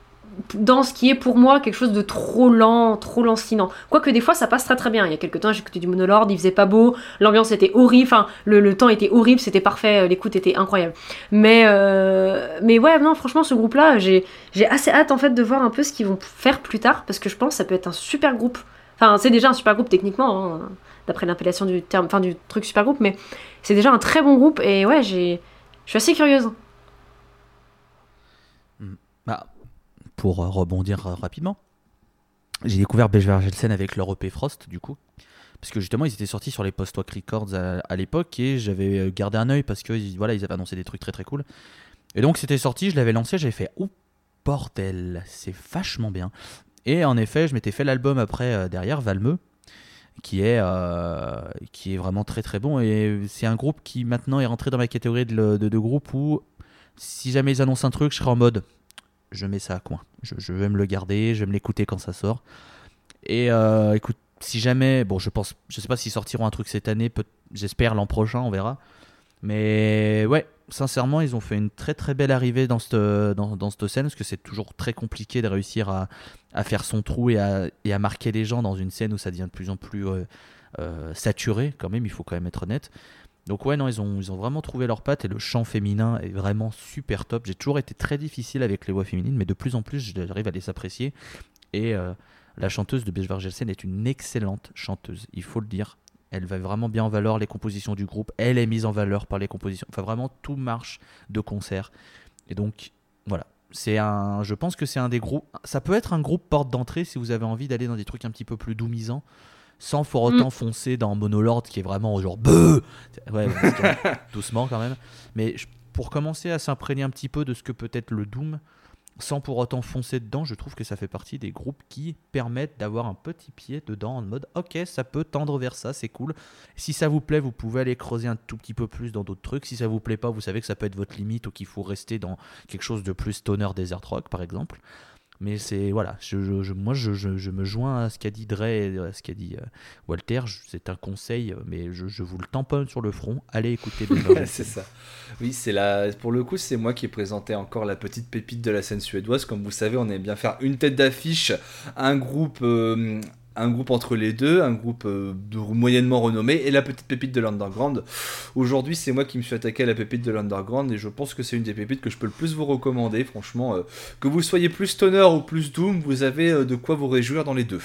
Speaker 2: dans ce qui est pour moi quelque chose de trop lent, trop lancinant. Quoique des fois, ça passe très très bien. Il y a quelques temps, j'ai écouté du Monolord, il faisait pas beau, l'ambiance était horrible, enfin, le, le temps était horrible, c'était parfait, l'écoute était incroyable. Mais, euh, mais ouais, non, franchement, ce groupe-là, j'ai, j'ai assez hâte en fait de voir un peu ce qu'ils vont faire plus tard, parce que je pense que ça peut être un super groupe. Enfin, c'est déjà un super groupe techniquement, hein, d'après l'appellation du terme, enfin du truc super groupe, mais c'est déjà un très bon groupe, et ouais, j'ai, je suis assez curieuse.
Speaker 1: Bah, pour rebondir rapidement, j'ai découvert Besvargelsen avec leur E P Frost, du coup, parce que justement ils étaient sortis sur les Post-Wax Records à, à l'époque et j'avais gardé un œil parce que voilà, ils avaient annoncé des trucs très très cool. Et donc c'était sorti, je l'avais lancé, j'avais fait oh bordel, c'est vachement bien. Et en effet, je m'étais fait l'album après euh, derrière Valmeux, qui est euh, qui est vraiment très très bon, et c'est un groupe qui maintenant est rentré dans ma catégorie de, de, de groupe où si jamais ils annoncent un truc, je serai en mode je mets ça à coin, je, je vais me le garder, je vais me l'écouter quand ça sort. Et euh, écoute, si jamais, bon, je pense, je sais pas s'ils sortiront un truc cette année, peut, j'espère l'an prochain, on verra. Mais ouais, sincèrement, ils ont fait une très très belle arrivée dans cette, dans, dans cette scène, parce que c'est toujours très compliqué de réussir à, à faire son trou et à, et à marquer les gens dans une scène où ça devient de plus en plus euh, euh, saturé, quand même, il faut quand même être honnête. Donc ouais, non, ils ont, ils ont vraiment trouvé leur patte et le chant féminin est vraiment super top. J'ai toujours été très difficile avec les voix féminines, mais de plus en plus, j'arrive à les apprécier. Et euh, la chanteuse de Besvargelsen est une excellente chanteuse, il faut le dire. Elle va vraiment bien en valeur les compositions du groupe. Elle est mise en valeur par les compositions. Enfin, vraiment, tout marche de concert. Et donc, voilà. C'est un, je pense que c'est un des groupes... Ça peut être un groupe porte d'entrée si vous avez envie d'aller dans des trucs un petit peu plus doomisants, sans pour autant mm. foncer dans Monolord qui est vraiment genre beuh. Ouais, doucement quand même. Mais pour commencer à s'imprégner un petit peu de ce que peut être le doom, sans pour autant foncer dedans, je trouve que ça fait partie des groupes qui permettent d'avoir un petit pied dedans en mode ok, ça peut tendre vers ça, c'est cool. Si ça vous plaît, vous pouvez aller creuser un tout petit peu plus dans d'autres trucs. Si ça vous plaît pas, vous savez que ça peut être votre limite ou qu'il faut rester dans quelque chose de plus stoner desert rock par exemple. Mais c'est voilà, je, je, je, moi je, je, je me joins à ce qu'a dit Dre et à ce qu'a dit euh, Walter. Je, c'est un conseil, mais je, je vous le tamponne sur le front. Allez écouter.
Speaker 3: Ouais, c'est ça. Oui, c'est la. Pour le coup, c'est moi qui ai présenté encore la petite pépite de la scène suédoise. Comme vous savez, on aime bien faire une tête d'affiche, un groupe. Euh, un groupe entre les deux, un groupe euh, de, moyennement renommé, et la petite pépite de l'underground. Aujourd'hui, c'est moi qui me suis attaqué à la pépite de l'underground, et je pense que c'est une des pépites que je peux le plus vous recommander, franchement. Euh, que vous soyez plus stoner ou plus doom, vous avez euh, de quoi vous réjouir dans les deux.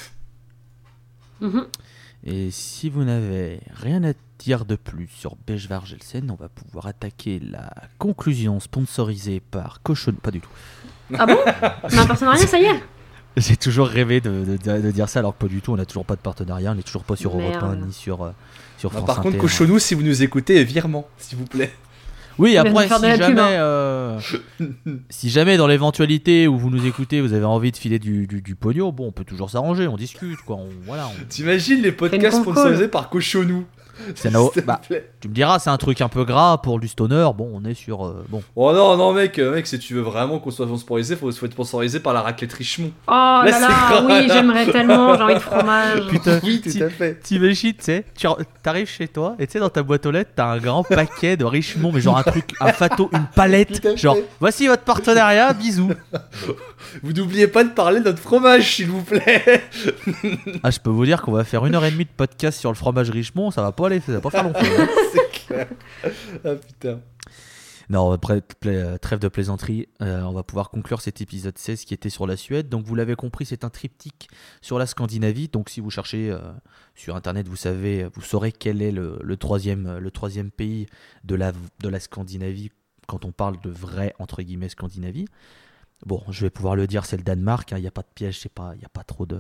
Speaker 2: Mm-hmm.
Speaker 1: Et si vous n'avez rien à dire de plus sur Bechevar-Gelsen, on va pouvoir attaquer la conclusion sponsorisée par Cochon... Pas du tout.
Speaker 2: Ah bon? On a un partenariat, ça y est?
Speaker 1: J'ai toujours rêvé de, de, de dire ça, alors que pas du tout, on n'a toujours pas de partenariat, on n'est toujours pas sur
Speaker 2: Merde.
Speaker 1: Europe un ni sur, euh, sur
Speaker 3: Bah,
Speaker 1: France
Speaker 3: par
Speaker 1: Inter.
Speaker 3: contre, Cochonou, si vous nous écoutez, virement, s'il vous plaît.
Speaker 1: Oui,
Speaker 2: On vient de
Speaker 1: après,
Speaker 2: faire
Speaker 1: si
Speaker 2: de la
Speaker 1: jamais,
Speaker 2: pub, hein.
Speaker 1: euh, si jamais dans l'éventualité où vous nous écoutez, vous avez envie de filer du, du, du pognon, bon, on peut toujours s'arranger, on discute, quoi. On, voilà, on...
Speaker 3: T'imagines les podcasts
Speaker 2: Fais une
Speaker 3: sponsorisés par Cochonou?
Speaker 1: Ça n'a-
Speaker 3: S'il te
Speaker 1: bah,
Speaker 3: plaît.
Speaker 1: Tu me diras, c'est un truc un peu gras pour du stoner, bon, on est sur... euh, bon.
Speaker 3: Oh non, non, mec, euh, mec, si tu veux vraiment qu'on soit sponsorisé, faut, faut être sponsorisé par la raclette Richemont.
Speaker 2: Oh là
Speaker 3: c'est
Speaker 2: là,
Speaker 3: grave.
Speaker 2: oui, j'aimerais tellement, j'ai envie de fromage.
Speaker 1: Putain,
Speaker 3: Oui,
Speaker 1: ti-
Speaker 3: tout à fait.
Speaker 1: T'imagines, tu sais, tu re- t'arrives chez toi et tu sais, dans ta boîte aux lettres, t'as un grand paquet de Richemont, mais genre un truc, un fato, une palette,
Speaker 3: Tout à fait.
Speaker 1: genre, voici votre partenariat, bisous.
Speaker 3: Vous n'oubliez pas de parler de notre fromage, s'il vous plaît.
Speaker 1: Ah, je peux vous dire qu'on va faire une heure et demie de podcast sur le fromage Richemont, ça va pas aller, ça va pas faire long. hein.
Speaker 3: C'est clair. Ah putain.
Speaker 1: Non, après, pla- euh, trêve de plaisanterie, euh, on va pouvoir conclure cet épisode seize qui était sur la Suède. Donc vous l'avez compris, c'est un triptyque sur la Scandinavie. Donc si vous cherchez euh, sur internet, vous savez, vous saurez quel est le, le troisième, le troisième pays de la, de la Scandinavie quand on parle de vrai entre guillemets Scandinavie. Bon, je vais pouvoir le dire, c'est le Danemark. Il n'y a pas de piège, c'est pas, il n'y a pas trop de.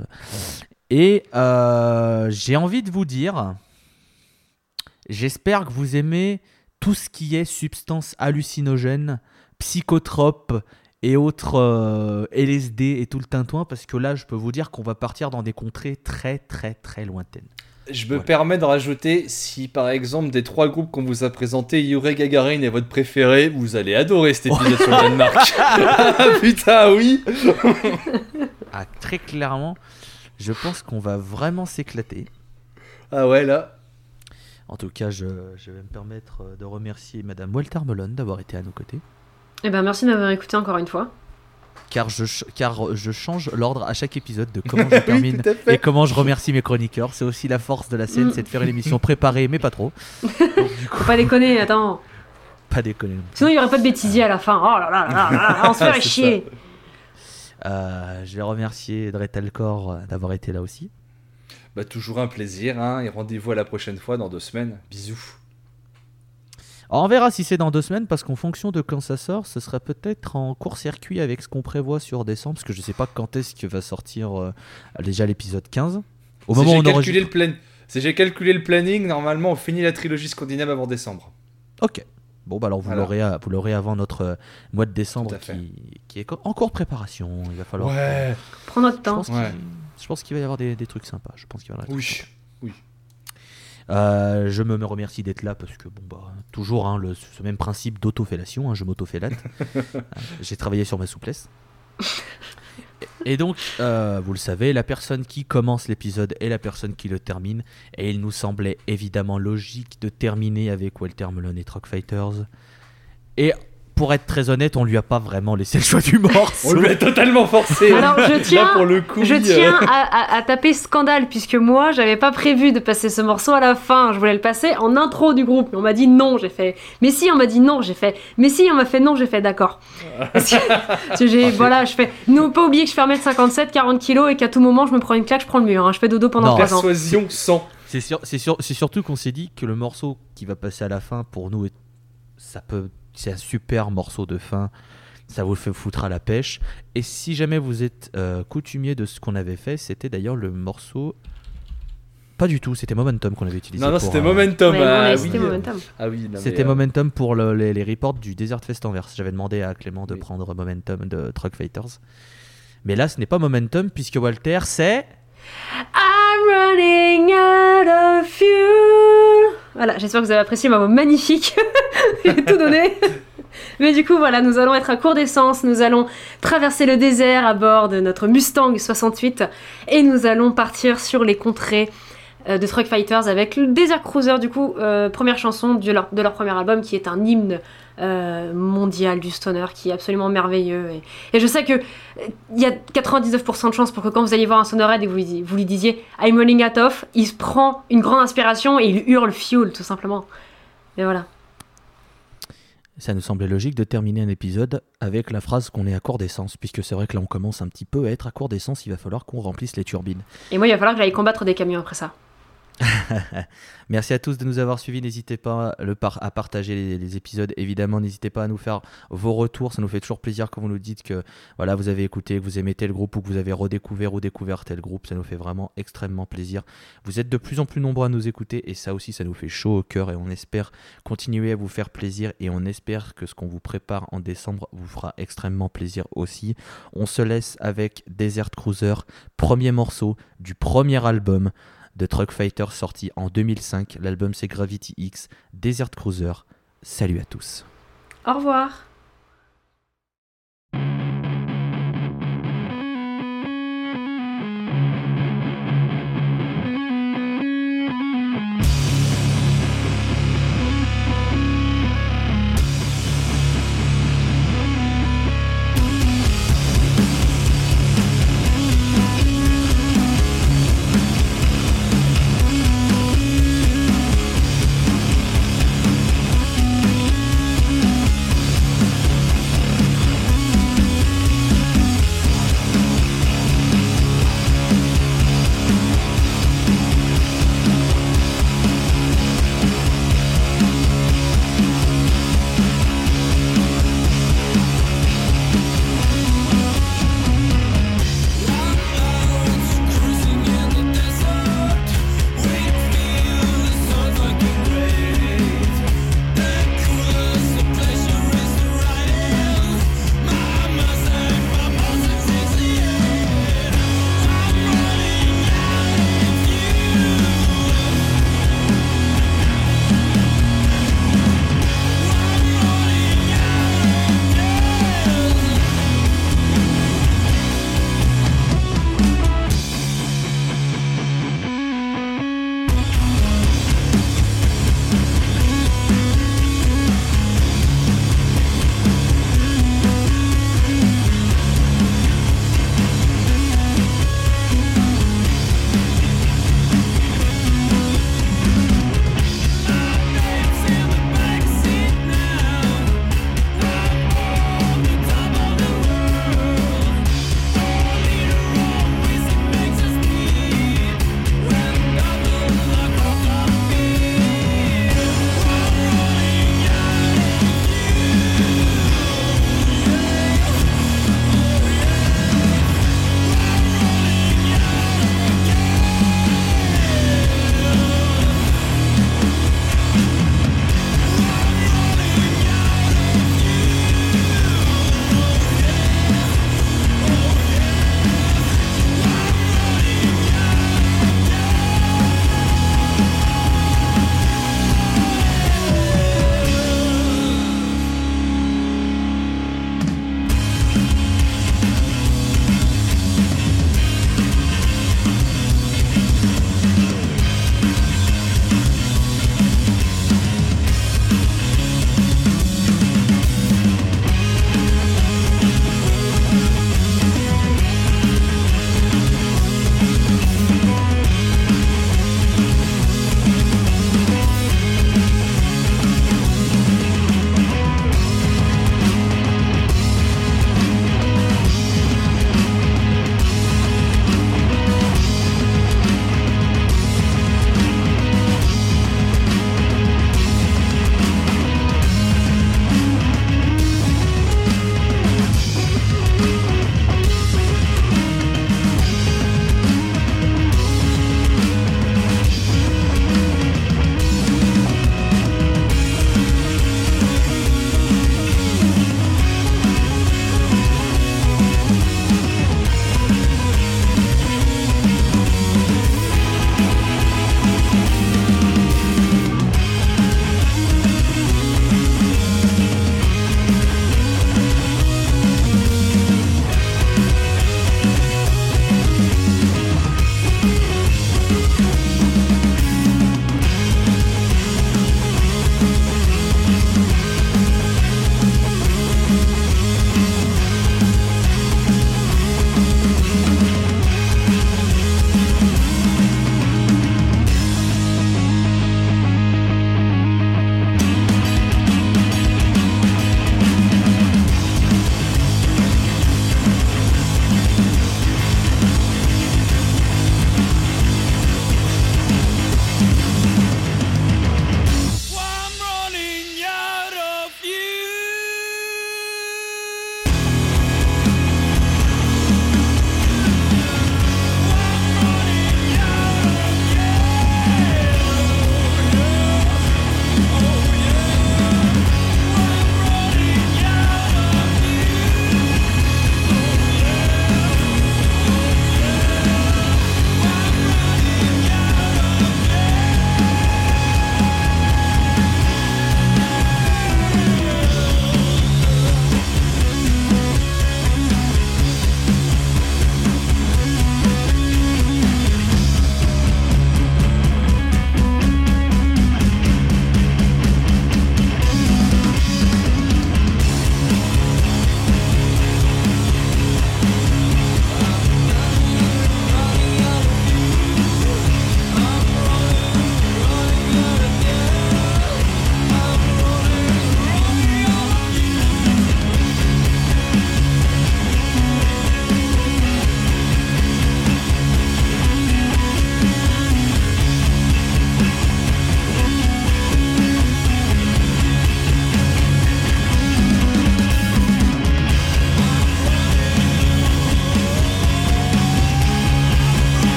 Speaker 1: Et euh, j'ai envie de vous dire, j'espère que vous aimez tout ce qui est substances hallucinogènes, psychotropes et autres euh, L S D et tout le tintouin, parce que là, je peux vous dire qu'on va partir dans des contrées très, très, très lointaines.
Speaker 3: Je me
Speaker 1: Voilà.
Speaker 3: permets de rajouter, si par exemple des trois groupes qu'on vous a présentés, Yuri Gagarin est votre préféré, vous allez adorer cet épisode sur le Danemark. Ah, putain, oui.
Speaker 1: Ah, très clairement, je pense qu'on va vraiment s'éclater.
Speaker 3: Ah ouais, là.
Speaker 1: En tout cas, je, je vais me permettre de remercier Madame Walter Melon d'avoir été à nos côtés,
Speaker 2: Eh ben, merci de m'avoir écouté encore une fois.
Speaker 1: car je, ch- car je change l'ordre à chaque épisode de comment je
Speaker 3: Oui,
Speaker 1: termine
Speaker 3: tout à fait.
Speaker 1: et comment je remercie mes chroniqueurs. C'est aussi la force de la scène,
Speaker 2: Mm.
Speaker 1: c'est de faire une émission préparée, mais pas trop. Donc, du coup,
Speaker 2: Faut pas déconner, attends.
Speaker 1: pas déconner.
Speaker 2: Sinon, il y aurait pas de bêtisier à la fin. Oh là là là là là, on se ferait
Speaker 1: C'est
Speaker 2: chier.
Speaker 1: Euh, je vais remercier Dretelcore d'avoir été là aussi.
Speaker 3: Bah toujours un plaisir, hein, et rendez-vous à la prochaine fois dans deux semaines. Bisous.
Speaker 1: Alors, on verra si c'est dans deux semaines, parce qu'en fonction de quand ça sort, ce sera peut-être en court-circuit avec ce qu'on prévoit sur décembre, parce que je sais pas quand est-ce que va sortir euh, déjà l'épisode quinze. Au
Speaker 3: Si
Speaker 1: moment où
Speaker 3: j'ai
Speaker 1: on
Speaker 3: calculé
Speaker 1: enregistre.
Speaker 3: le plan... si j'ai calculé le planning, normalement on finit la trilogie scandinave avant décembre.
Speaker 1: Ok. Bon, bah alors vous
Speaker 3: Voilà.
Speaker 1: l'aurez à- vous l'aurez avant notre euh, mois de décembre
Speaker 3: Tout à fait.
Speaker 1: qui, qui est co- en cours de préparation. Il va falloir.
Speaker 3: Ouais.
Speaker 2: Prends notre
Speaker 1: Je
Speaker 2: temps.
Speaker 1: pense qu'il,
Speaker 3: Ouais.
Speaker 1: je pense qu'il va y avoir des, des trucs sympas. Je pense qu'il va y avoir des
Speaker 3: Oui.
Speaker 1: trucs sympas. Euh, je me me remercie d'être là parce que bon bah toujours hein, le, ce même principe d'autofellation, hein, je m'autofellate. Euh, J'ai travaillé sur ma souplesse. Et donc, euh, vous le savez, la personne qui commence l'épisode est la personne qui le termine. Et il nous semblait évidemment logique de terminer avec Walter Melon et Truck Fighters. Et pour être très honnête, on lui a pas vraiment laissé le choix du morceau.
Speaker 3: On lui a totalement forcé.
Speaker 2: Alors, je tiens-
Speaker 3: Là, pour le coup,
Speaker 2: Je
Speaker 3: oui,
Speaker 2: tiens
Speaker 3: euh,
Speaker 2: à, à- à taper scandale, puisque moi, j'avais pas prévu de passer ce morceau à la fin. Je voulais le passer en intro du groupe. Mais on m'a dit non, j'ai fait. Mais si, on m'a dit non, j'ai fait. Mais si, on m'a fait non, j'ai fait d'accord. Parce que, parce que j'ai, voilà, je fais. Ne pas oublier que je fais un mètre cinquante-sept, quarante kilos et qu'à tout moment, je me prends une claque, je prends le mur. hein. Je fais dodo pendant
Speaker 1: Non.
Speaker 2: trois ans.
Speaker 3: Persuasion sans.
Speaker 1: C'est, sûr, c'est, sûr, c'est surtout qu'on s'est dit que le morceau qui va passer à la fin, pour nous, est- ça peut, c'est un super morceau de fin. Ça vous fait foutre à la pêche. Et si jamais vous êtes euh, coutumier de ce qu'on avait fait, c'était d'ailleurs le morceau... Pas du tout, c'était Momentum qu'on avait utilisé.
Speaker 3: Non, non,
Speaker 1: pour,
Speaker 3: c'était
Speaker 1: euh,
Speaker 3: Momentum.
Speaker 2: Ouais, nous, on a
Speaker 3: ah,
Speaker 2: hésité
Speaker 3: oui.
Speaker 2: Momentum.
Speaker 3: Ah oui, non, mais,
Speaker 1: C'était
Speaker 3: euh,
Speaker 1: Momentum pour le- les, les reports du Desert Fest Anvers. J'avais demandé à Clément de
Speaker 3: Oui.
Speaker 1: prendre Momentum de Truck Fighters. Mais là, ce n'est pas Momentum, puisque Walter, c'est...
Speaker 2: I'm running out of fuel. Voilà, j'espère que vous avez apprécié ma voix magnifique. J'ai tout donné. Mais du coup, voilà, nous allons être à court d'essence. Nous allons traverser le désert à bord de notre Mustang soixante-huit. Et nous allons partir sur les contrées euh, de Truck Fighters avec le Desert Cruiser, du coup, euh, première chanson de leur, de leur premier album, qui est un hymne euh, mondial du stoner, qui est absolument merveilleux. Et, et je sais qu'il il y a quatre-vingt-dix-neuf pour cent de chances pour que quand vous alliez voir un Stonerhead et que vous, vous lui disiez « I'm running out of », il se prend une grande inspiration et il hurle « Fuel », tout simplement. Et voilà.
Speaker 1: Ça nous semblait logique de terminer un épisode avec la phrase qu'on est à court d'essence, puisque c'est vrai que là on commence un petit peu à être à court d'essence, il va falloir qu'on remplisse les turbines.
Speaker 2: Et moi il va falloir que j'aille combattre des camions après ça.
Speaker 1: Merci à tous de nous avoir suivis, n'hésitez pas le par- à partager les, les épisodes, évidemment n'hésitez pas à nous faire vos retours, ça nous fait toujours plaisir quand vous nous dites que voilà, vous avez écouté, que vous aimez tel groupe ou que vous avez redécouvert ou découvert tel groupe, ça nous fait vraiment extrêmement plaisir. Vous êtes de plus en plus nombreux à nous écouter et ça aussi ça nous fait chaud au cœur et on espère continuer à vous faire plaisir et on espère que ce qu'on vous prépare en décembre vous fera extrêmement plaisir aussi. On se laisse avec Desert Cruiser, premier morceau du premier album de Truck Fighters sorti en deux mille cinq. L'album c'est Gravity X, Desert Cruiser. Salut à tous.
Speaker 2: Au revoir.